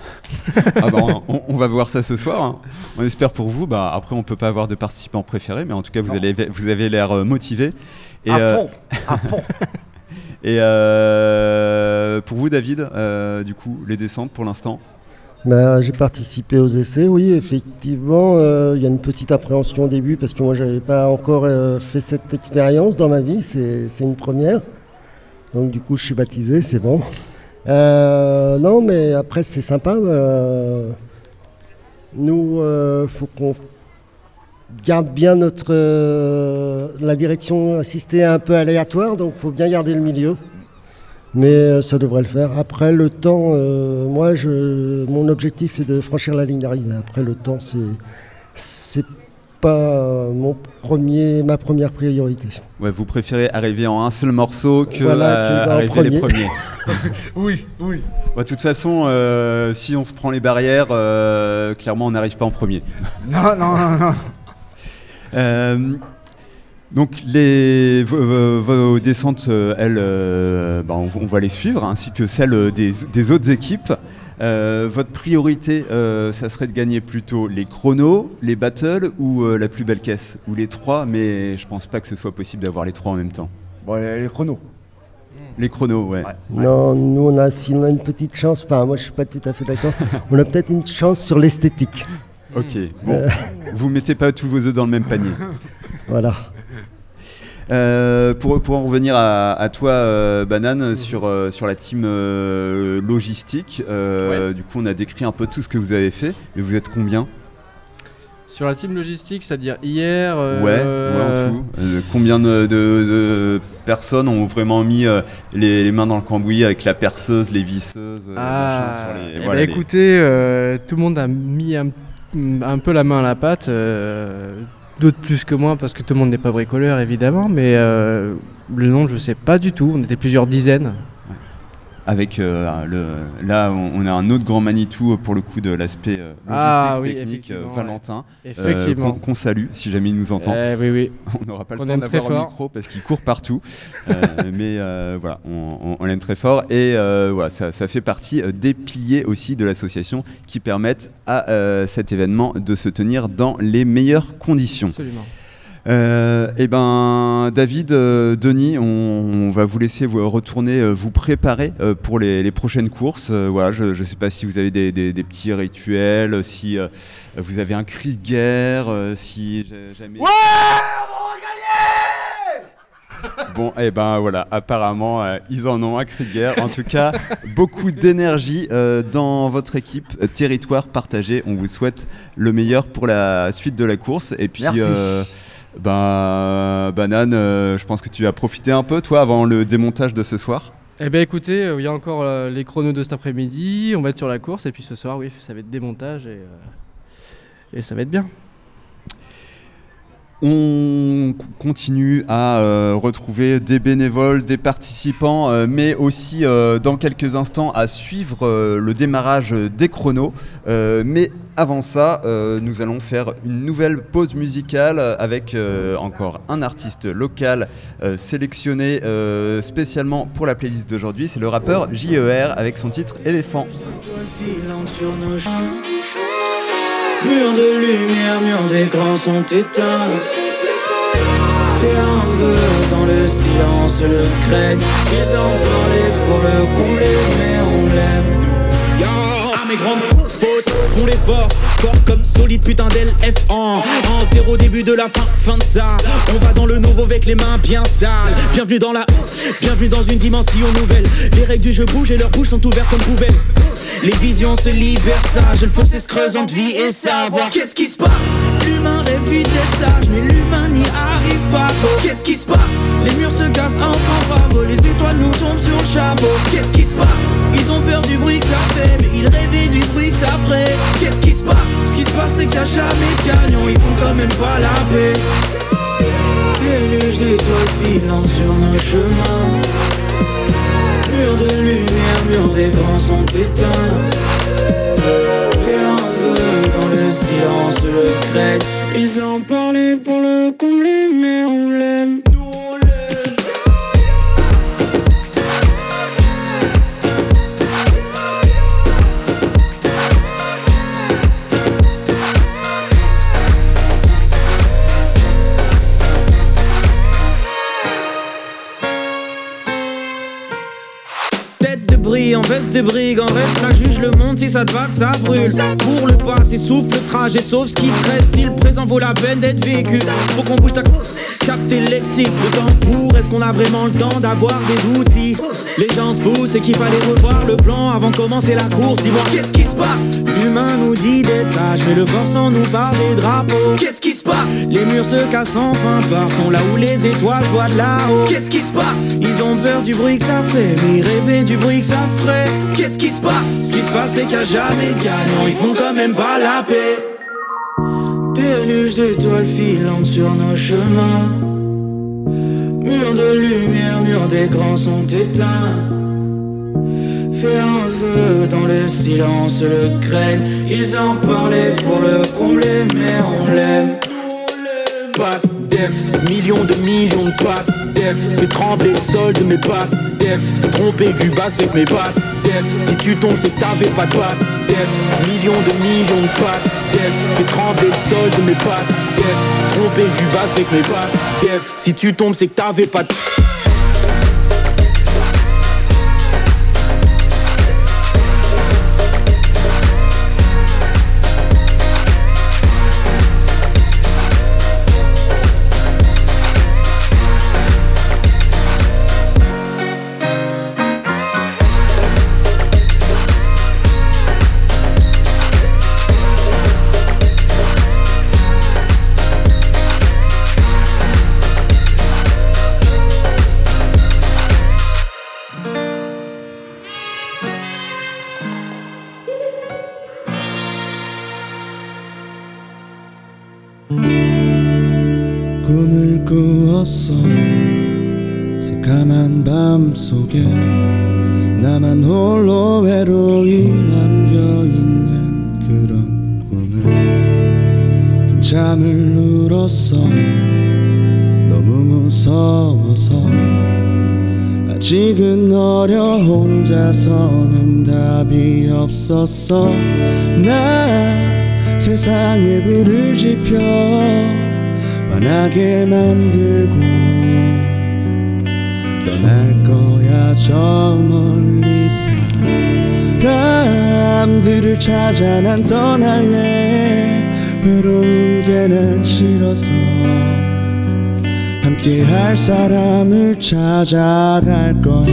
On va voir ça ce soir. Hein. On espère pour vous. Après, on peut pas avoir de participants préférés, mais en tout cas, vous avez l'air motivé. Et, à fond. Et pour vous, David, du coup, les descentes pour l'instant ? J'ai participé aux essais, oui, effectivement. Il y a une petite appréhension au début parce que moi, j'avais pas encore fait cette expérience dans ma vie. C'est une première. Donc du coup, je suis baptisé, c'est bon. Non, mais après, c'est sympa. Nous, faut qu'on garde bien la direction assistée un peu aléatoire, donc il faut bien garder le milieu. Mais ça devrait le faire. Après le temps, mon objectif est de franchir la ligne d'arrivée. Après le temps, c'est pas ma première priorité. Ouais, vous préférez arriver en un seul morceau que arriver les premiers. Oui. De toute façon, si on se prend les barrières, clairement on n'arrive pas en premier. Non. Donc vos descentes, elles, on va les suivre, ainsi que celles des autres équipes. Votre priorité, ça serait de gagner plutôt les chronos, les battles ou la plus belle caisse, ou les trois, mais je pense pas que ce soit possible d'avoir les trois en même temps. Bon, les chronos. Les chronos, ouais. Non, nous si on a une petite chance, enfin moi je suis pas tout à fait d'accord, on a peut-être une chance sur l'esthétique. Ok, bon, vous mettez pas tous vos œufs dans le même panier. Voilà. Pour en revenir à toi, Banane, sur la team logistique, du coup on a décrit un peu tout ce que vous avez fait, mais vous êtes combien ? Sur la team logistique, c'est-à-dire hier... Ouais, en tout. Combien de personnes ont vraiment mis les mains dans le cambouis avec la perceuse, les visseuses, machin, sur les... Écoutez, tout le monde a mis un peu la main à la pâte, d'autres plus que moi parce que tout le monde n'est pas bricoleur évidemment, mais le nombre je sais pas du tout, on était plusieurs dizaines. Avec là on a un autre grand Manitou pour le coup de l'aspect logistique technique, Valentin, qu'on salue si jamais il nous entend. Oui. On n'aura pas le temps d'avoir le micro parce qu'il court partout, mais voilà, on l'aime très fort et voilà, ça fait partie des piliers aussi de l'association qui permettent à cet événement de se tenir dans les meilleures conditions. Absolument. David, Denis, on va vous laisser vous retourner vous préparer pour les prochaines courses. Voilà, je ne sais pas si vous avez des petits rituels, si vous avez un cri de guerre, si jamais... Ouais, on va gagner. Bon, voilà, apparemment, ils en ont un cri de guerre. En tout cas, beaucoup d'énergie dans votre équipe, territoire partagé. On vous souhaite le meilleur pour la suite de la course. Et puis... Merci. Banane, je pense que tu vas profiter un peu, toi, avant le démontage de ce soir. Écoutez, il y a encore les chronos de cet après-midi, on va être sur la course, et puis ce soir, oui, ça va être démontage, et ça va être bien. On continue à retrouver des bénévoles, des participants, mais aussi dans quelques instants à suivre le démarrage des chronos. Mais avant ça, nous allons faire une nouvelle pause musicale avec encore un artiste local sélectionné spécialement pour la playlist d'aujourd'hui. C'est le rappeur JER avec son titre Éléphant. Murs de lumière, murs d'écran sont éteints. Fais un vœu dans le silence, le craignent. Ils en parlaient pour le combler, mais on l'aime. Ah, mes grandes fautes font les forces, fort comme solide putain d'LF en 0 début de la fin de ça. On va dans le nouveau avec les mains bien sales. Bienvenue dans une dimension nouvelle. Les règles du jeu bougent et leurs bouches sont ouvertes comme poubelles. Les visions se libèrent, sage, le fossé se creuse entre vie et savoir. Qu'est-ce qui se passe? L'humain rêve vite d'être sage, mais l'humain n'y arrive pas trop. Qu'est-ce qui se passe? Les murs se cassent enfin bravo, les étoiles nous tombent sur le chapeau. Qu'est-ce qui se passe? Ils ont peur du bruit que ça fait, mais ils rêvaient du bruit que ça ferait. Qu'est-ce qui se passe? Ce qui se passe c'est qu'il n'y a jamais de gagnant, ils font quand même pas la paix. Déluge d'étoiles filant sur nos chemins. Murs de lumière, murs d'écran sont éteints. Fais un vœu dans le silence, le craignent. Ils en parlaient pour le combler, mais on l'aime. Nous on l'aime. en veste de brigand, reste la juge, le monde si ça te va que ça brûle. Pour le passé, souffle le trajet, sauf ce qui te reste. Si le présent vaut la peine d'être vécu, faut qu'on bouge ta capter le lexique. Le temps court, est-ce qu'on a vraiment le temps d'avoir des outils? Les gens se poussent et qu'il fallait revoir le plan avant de commencer la course. Dis-moi, qu'est-ce qui se passe? L'humain nous dit d'être sage, mais le force en nous parle des drapeaux. Qu'est-ce qui se passe? Les murs se cassent enfin, partons là où les étoiles voient de là-haut. Qu'est-ce qui se passe? Ils ont peur du bruit que ça fait, mais ils rêvaient du bruit que ça ferait. Qu'est-ce qui se passe? Ce qui se passe c'est qu'il n'y a jamais de gagnant, ils font quand même pas la paix. Déluge d'étoiles filantes sur nos chemins. Murs de lumière, murs d'écran sont éteints. Fais un vœu dans le silence, le craignent. Ils en parlaient pour le combler, mais on l'aime. Pas de def, millions de pattes def. Fais trembler le sol de mes pattes def. Trompe aigu basse avec mes pattes def. Si tu tombes c'est que t'avais pas de pattes def. Millions de pattes def. Fais trembler le sol de mes pattes def. Trompe aigu basse avec mes pattes def. Si tu tombes c'est que t'avais pas de... 꿈을 꾸었어 새까만 밤 속에 나만 홀로 외로이 남겨있는 그런 꿈을 한참을 울었어 너무 무서워서 아직은 어려 혼자서는 답이 없었어 나 세상에 불을 지펴 환하게 만들고 떠날 거야 저 멀리서 사람들을 찾아 난 떠날래 외로운 게 난 싫어서 함께 할 사람을 찾아갈 거야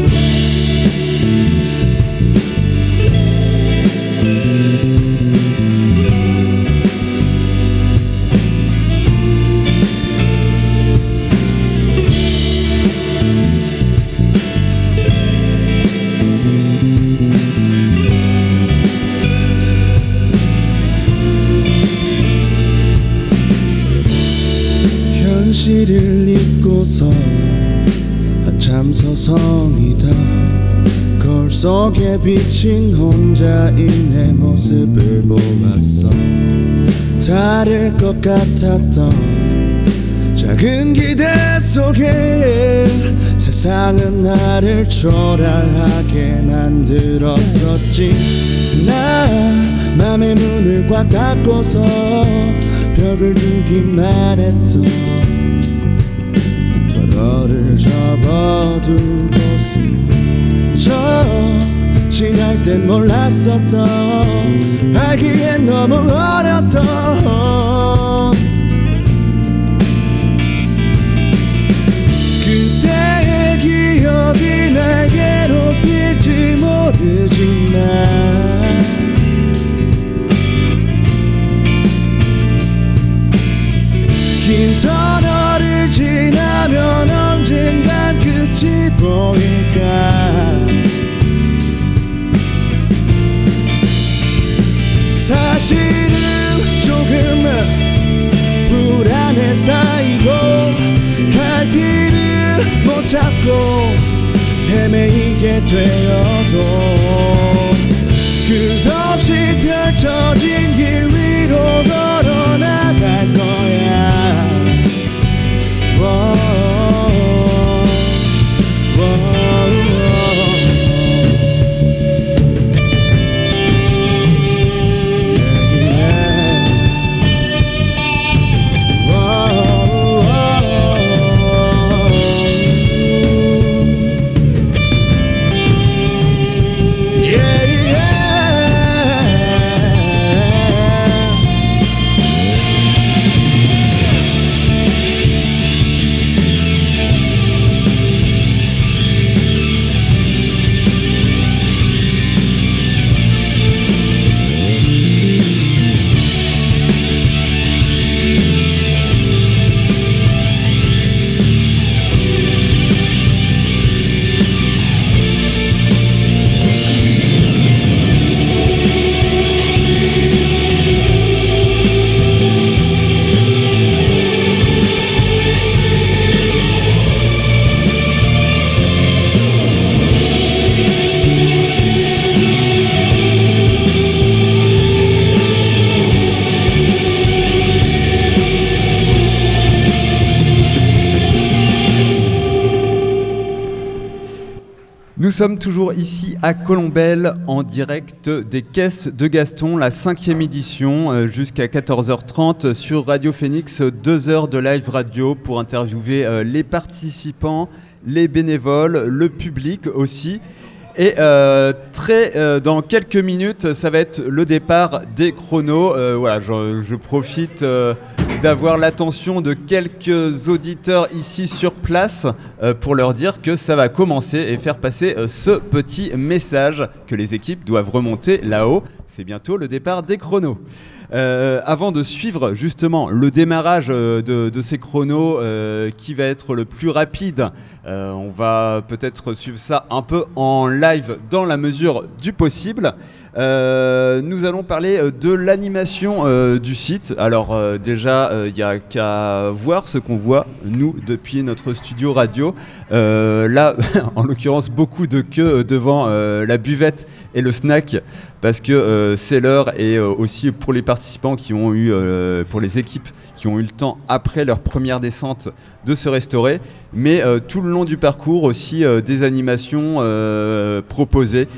현실을 잊고서 한참 서성이다 거울 속에 비친 혼자인 내 모습을 보았어 다를 것 같았던 작은 기대 속에 세상은 나를 초라하게 만들었었지 나 맘의 문을 꽉 닫고서 벽을 두기만 했던 너를 접어두고서 저 지날 땐 몰랐었던 알기엔 너무 어렸던 그때의 기억이 날 괴롭힐지 모르지만 긴 터널을 지나면 언젠간 끝이 보일까 사실은 조금은 불안에 쌓이고 갈 길을 못 찾고 헤매이게 되어도 끝없이 펼쳐진 길 위로 걸어 나갈 거야 sommes toujours ici à Colombelles en direct des caisses de Gaston, la 5e édition, jusqu'à 14h30 sur Radio Phoenix, 2 heures de live radio pour interviewer les participants, les bénévoles, le public aussi. Et dans quelques minutes, ça va être le départ des chronos. Voilà, je profite d'avoir l'attention de quelques auditeurs ici sur place pour leur dire que ça va commencer et faire passer ce petit message que les équipes doivent remonter là-haut. C'est bientôt le départ des chronos. Avant de suivre justement le démarrage de ces chronos qui va être le plus rapide, on va peut-être suivre ça un peu en live dans la mesure du possible. Nous allons parler de l'animation du site. Alors déjà, il n'y a qu'à voir ce qu'on voit, nous, depuis notre studio radio. Là, en l'occurrence, beaucoup de queues devant la buvette et le snack, parce que c'est l'heure, et aussi pour les participants qui ont eu, pour les équipes qui ont eu le temps après leur première descente de se restaurer, mais tout le long du parcours aussi des animations proposées.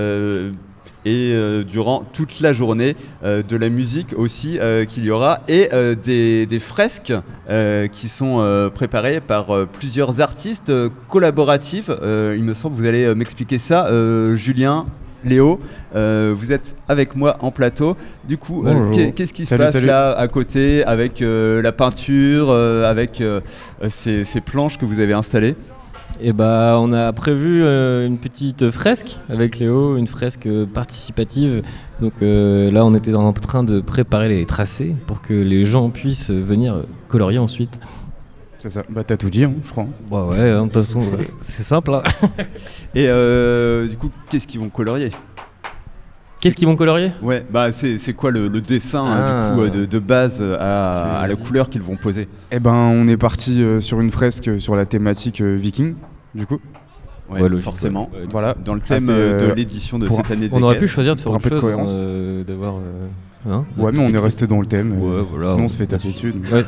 Et durant toute la journée, de la musique aussi qu'il y aura, et des fresques qui sont préparées par plusieurs artistes collaboratifs. Il me semble, vous allez m'expliquer ça, Julien, Léo, vous êtes avec moi en plateau. Du coup, qu'est-ce qui se passe là à côté avec la peinture, avec ces planches que vous avez installées? Et bah, on a prévu une petite fresque avec Léo, une fresque participative. Donc là, on était en train de préparer les tracés pour que les gens puissent venir colorier ensuite. C'est ça. Bah, t'as tout dit, hein, je crois. Bah ouais, de toute façon, c'est simple. Hein. Et du coup, qu'est-ce qu'ils vont colorier? Qu'est-ce qu'ils vont colorier? Ouais, bah c'est quoi le dessin du coup, de base à la couleur qu'ils vont poser? Eh ben, on est parti sur une fresque sur la thématique viking, du coup. Ouais, forcément. Ouais. Voilà, dans le thème de l'édition de cette année. On aurait pu choisir de faire un peu de cohérence, d'avoir. Ouais, mais on est resté dans le thème. Ouais, voilà, sinon, on se fait taper dessus. Ouais,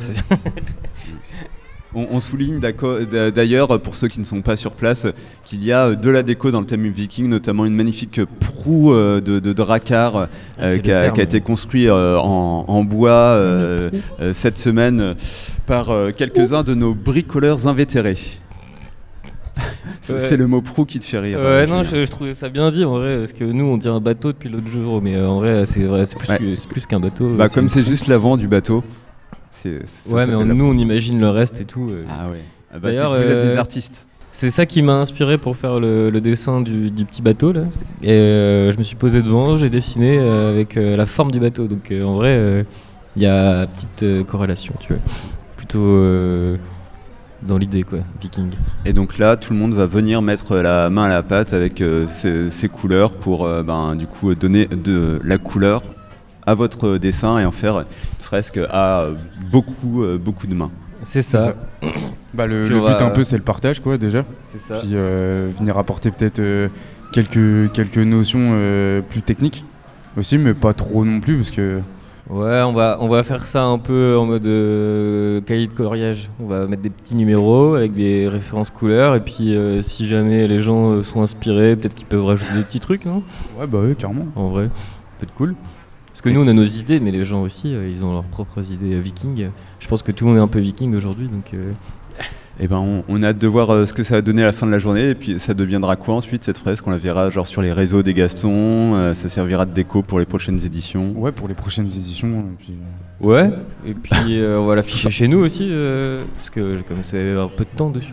On souligne d'ailleurs, pour ceux qui ne sont pas sur place, qu'il y a de la déco dans le thème viking, notamment une magnifique proue de drakkar qui a été construit en bois cette semaine par quelques-uns de nos bricoleurs invétérés. C'est le mot proue qui te fait rire. Ouais, non, je trouvais ça bien dit en vrai, parce que nous on dit un bateau depuis l'autre jour, mais en vrai c'est plus qu'un bateau. Bah, comme c'est juste l'avant du bateau. Ouais, mais nous on imagine le reste et tout. Ah ouais. Ah bah, d'ailleurs, vous êtes des artistes. C'est ça qui m'a inspiré pour faire le dessin du petit bateau là. Et je me suis posé devant, j'ai dessiné avec la forme du bateau. Donc en vrai, il y a petite corrélation, tu vois. Plutôt dans l'idée quoi, viking. Et donc là, tout le monde va venir mettre la main à la pâte avec ces couleurs pour du coup donner de la couleur à votre dessin et en faire une fresque à beaucoup de mains. C'est ça. Bah, le but un peu c'est le partage quoi déjà. C'est ça. Puis venir apporter peut-être quelques notions plus techniques aussi, mais pas trop non plus parce que. Ouais, on va faire ça un peu en mode cahier de coloriage. On va mettre des petits numéros avec des références couleurs et puis si jamais les gens sont inspirés, peut-être qu'ils peuvent rajouter des petits trucs, non? Ouais, bah oui, carrément. En vrai, peut être cool. Parce que nous on a nos idées, mais les gens aussi, ils ont leurs propres idées viking. Je pense que tout le monde est un peu viking aujourd'hui, donc. Et ben on a hâte de voir ce que ça va donner à la fin de la journée, et puis ça deviendra quoi ensuite cette fresque? On la verra genre sur les réseaux des Gastons, ça servira de déco pour les prochaines éditions. Ouais, pour les prochaines éditions. Et puis, ouais, et puis on va l'afficher chez nous aussi, parce que comme c'est un peu de temps dessus.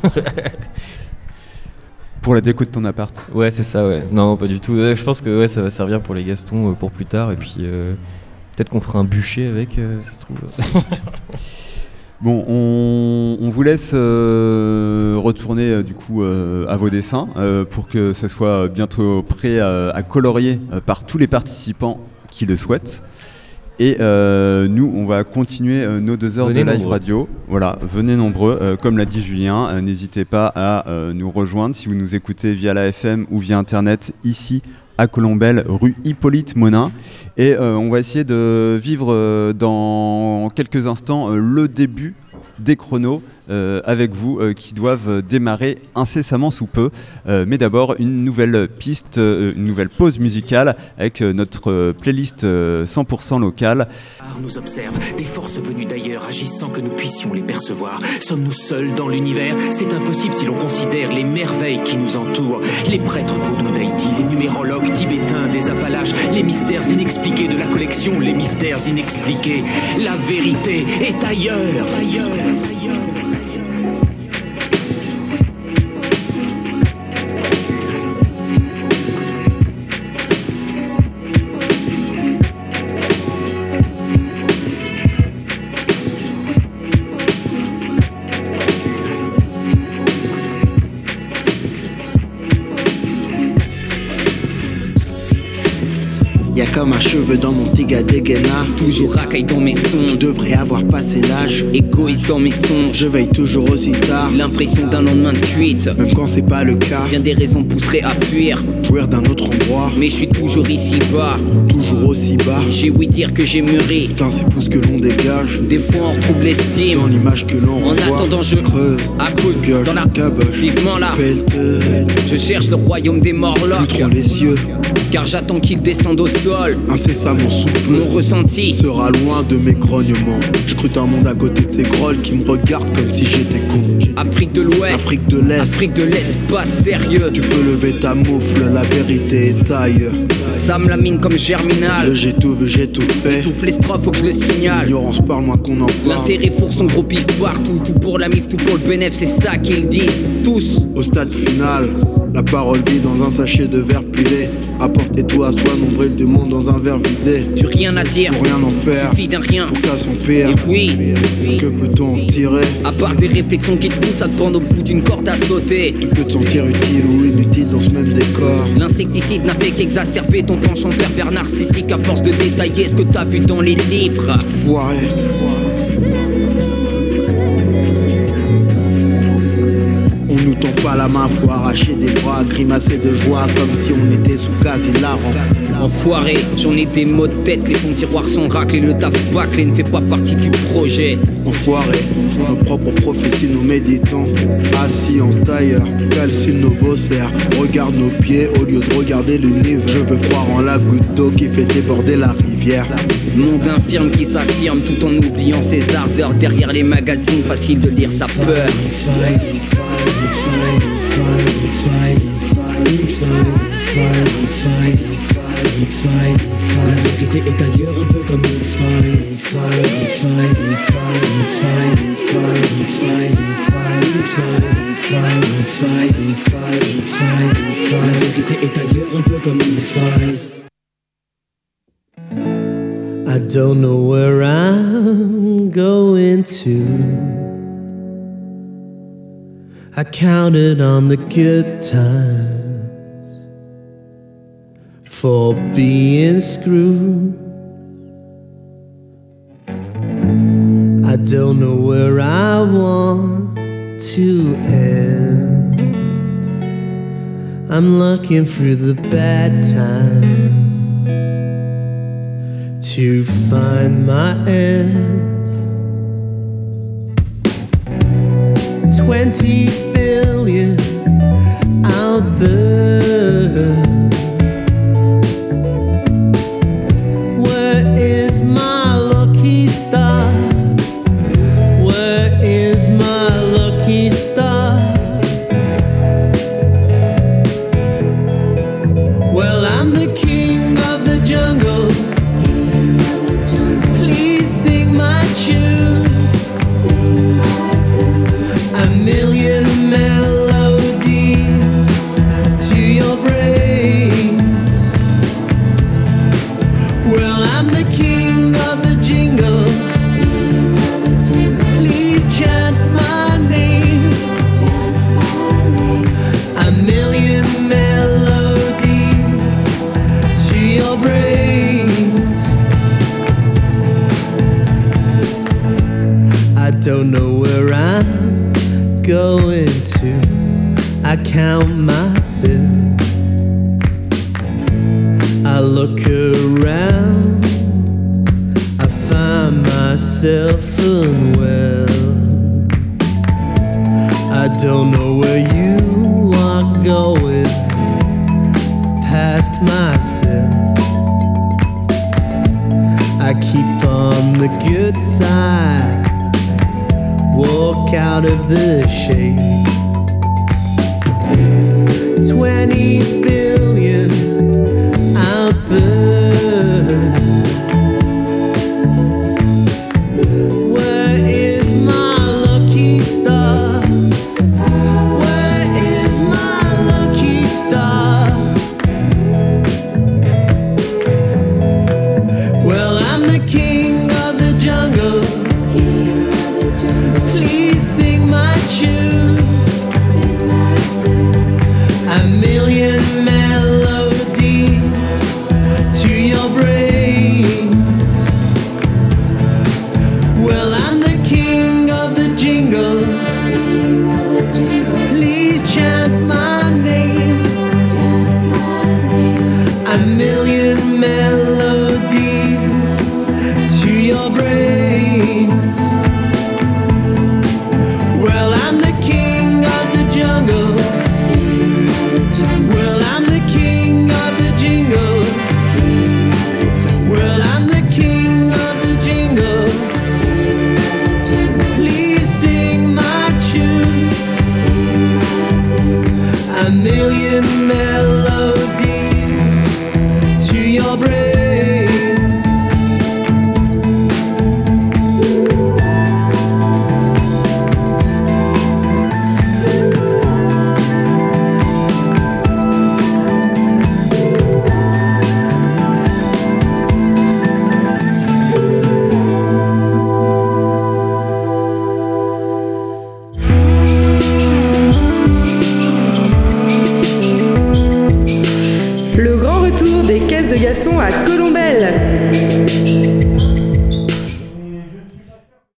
Pour la déco de ton appart? Ouais, c'est ça, ouais. Non, pas du tout. Je pense que ça va servir pour les Gastons pour plus tard, et puis peut-être qu'on fera un bûcher avec, ça se trouve. Bon, on vous laisse retourner du coup à vos dessins pour que ce soit bientôt prêt à colorier par tous les participants qui le souhaitent. Et nous, on va continuer nos 2 heures de live radio. Voilà, venez nombreux. Comme l'a dit Julien, n'hésitez pas à nous rejoindre si vous nous écoutez via la FM ou via Internet ici à Colombelles, rue Hippolyte Monin. Et on va essayer de vivre dans quelques instants le début des chronos avec vous qui doivent démarrer incessamment sous peu. Mais d'abord, une nouvelle piste, une nouvelle pause musicale avec notre playlist 100% locale. Nous observe, des forces venues d'ailleurs agissent sans que nous puissions les percevoir. Sommes-nous seuls dans l'univers? C'est impossible si l'on considère les merveilles qui nous entourent. Les prêtres vaudous d'Haïti, les numérologues tibétains des Appalaches, les mystères inexpliqués de la collection, les mystères inexpliqués. La vérité est ailleurs. Y'a comme un cheveu dans mon tiga dégaina. Toujours racaille dans mes sons. Je devrais avoir passé l'âge. Égoïste dans mes songes. Je veille toujours aussi tard. L'impression d'un lendemain de cuite. Même quand c'est pas le cas. Bien des raisons pousseraient à fuir. Fuir d'un autre endroit. Mais je suis toujours ici bas. Toujours aussi bas. J'ai ouï dire que j'ai mûri. Putain c'est fou ce que l'on dégage. Des fois on retrouve l'estime. Dans l'image que l'on En revoit. attendant je creuse. À coup de pioche. dans la caboche. Vivement là. Pelleteuse. Je cherche le royaume des morts Plus trop les cieux. Car j'attends qu'ils descendent au sol. Incessamment sous peu. Mon ressenti sera loin de mes grognements. Je scrute un monde à côté de ces grolles qui me regardent comme si j'étais con. Afrique de l'Ouest, Afrique de l'Est, Afrique de l'Est, pas sérieux. Tu peux lever ta moufle, la vérité est ailleurs. Ça me lamine comme germinal. Le j'ai tout vu, j'ai tout fait. Étouffe les strophes, faut que je le signale. L'ignorance parle moins qu'on en parle. L'intérêt fourre son gros pif partout. Tout pour la mif, tout pour le bénéf, c'est ça qu'ils disent. Tous. Au stade final, la parole vit dans un sachet de verre pilé. Apportez-toi à soi, nombril du monde dans un verre vidé. Tu rien à dire, pour rien en faire. Suffit d'un rien. Pour ça son pire. Et puis, que peut-on en tirer? À part des réflexions qui te poussent à te prendre au bout d'une corde à sauter. Tu peux te sentir utile ou inutile dans ce même décor. L'insecticide n'a fait qu'exacerber ton penchant pervers narcissique à force de détailler ce que t'as vu dans les livres. Foiré. On nous tend pas la main, faut arracher des bras, grimacer de joie comme si on était sous gaz hilarant. Enfoiré, j'en ai des mots de tête, les fonds de tiroir sont raclés, le taf bâclé ne fait pas partie du projet. Enfoiré, nos propres prophéties nous méditons. Assis en tailleur, calcine nos vocères. Regarde nos pieds au lieu de regarder l'univers. Je veux croire en la goutte d'eau qui fait déborder la rivière. Monde infirme qui s'affirme tout en oubliant ses ardeurs. Derrière les magazines, facile de lire sa peur. La vérité est ailleurs, un peu comme X-Files. La vérité est ailleurs, un peu comme X-Files. I don't know where I'm going to. I counted on the good times for being screwed. I don't know where I want to end. I'm looking through the bad times to find my end. 20 billion out there. Where is my lucky star? Where is my lucky star? Well, I'm the king of the jungle. Please sing my tunes. A million melodies to your brain. Well, I'm the king of the jingle. Please chant my name. A million melodies to your brains. I don't know where I'm going to. I count myself. I look around. I find myself unwell. don't know where you are going past myself. I keep on the good side, walk out of the shade. 20 billion out there. Where is my lucky star? Where is my lucky star? Well, I'm the king of the jungle. Please sing my tunes. A million melodies to your brain. Well, I'm the king of the jingle. Please chant my name. A million melodies to your brains. Well, I'm the king of the jungle. Well, I'm the king of the jingle. Well, I'm the king of the jingle. Please sing my tunes. A million melodies to your brains. Le grand retour des caisses de Gaston à Colombelles.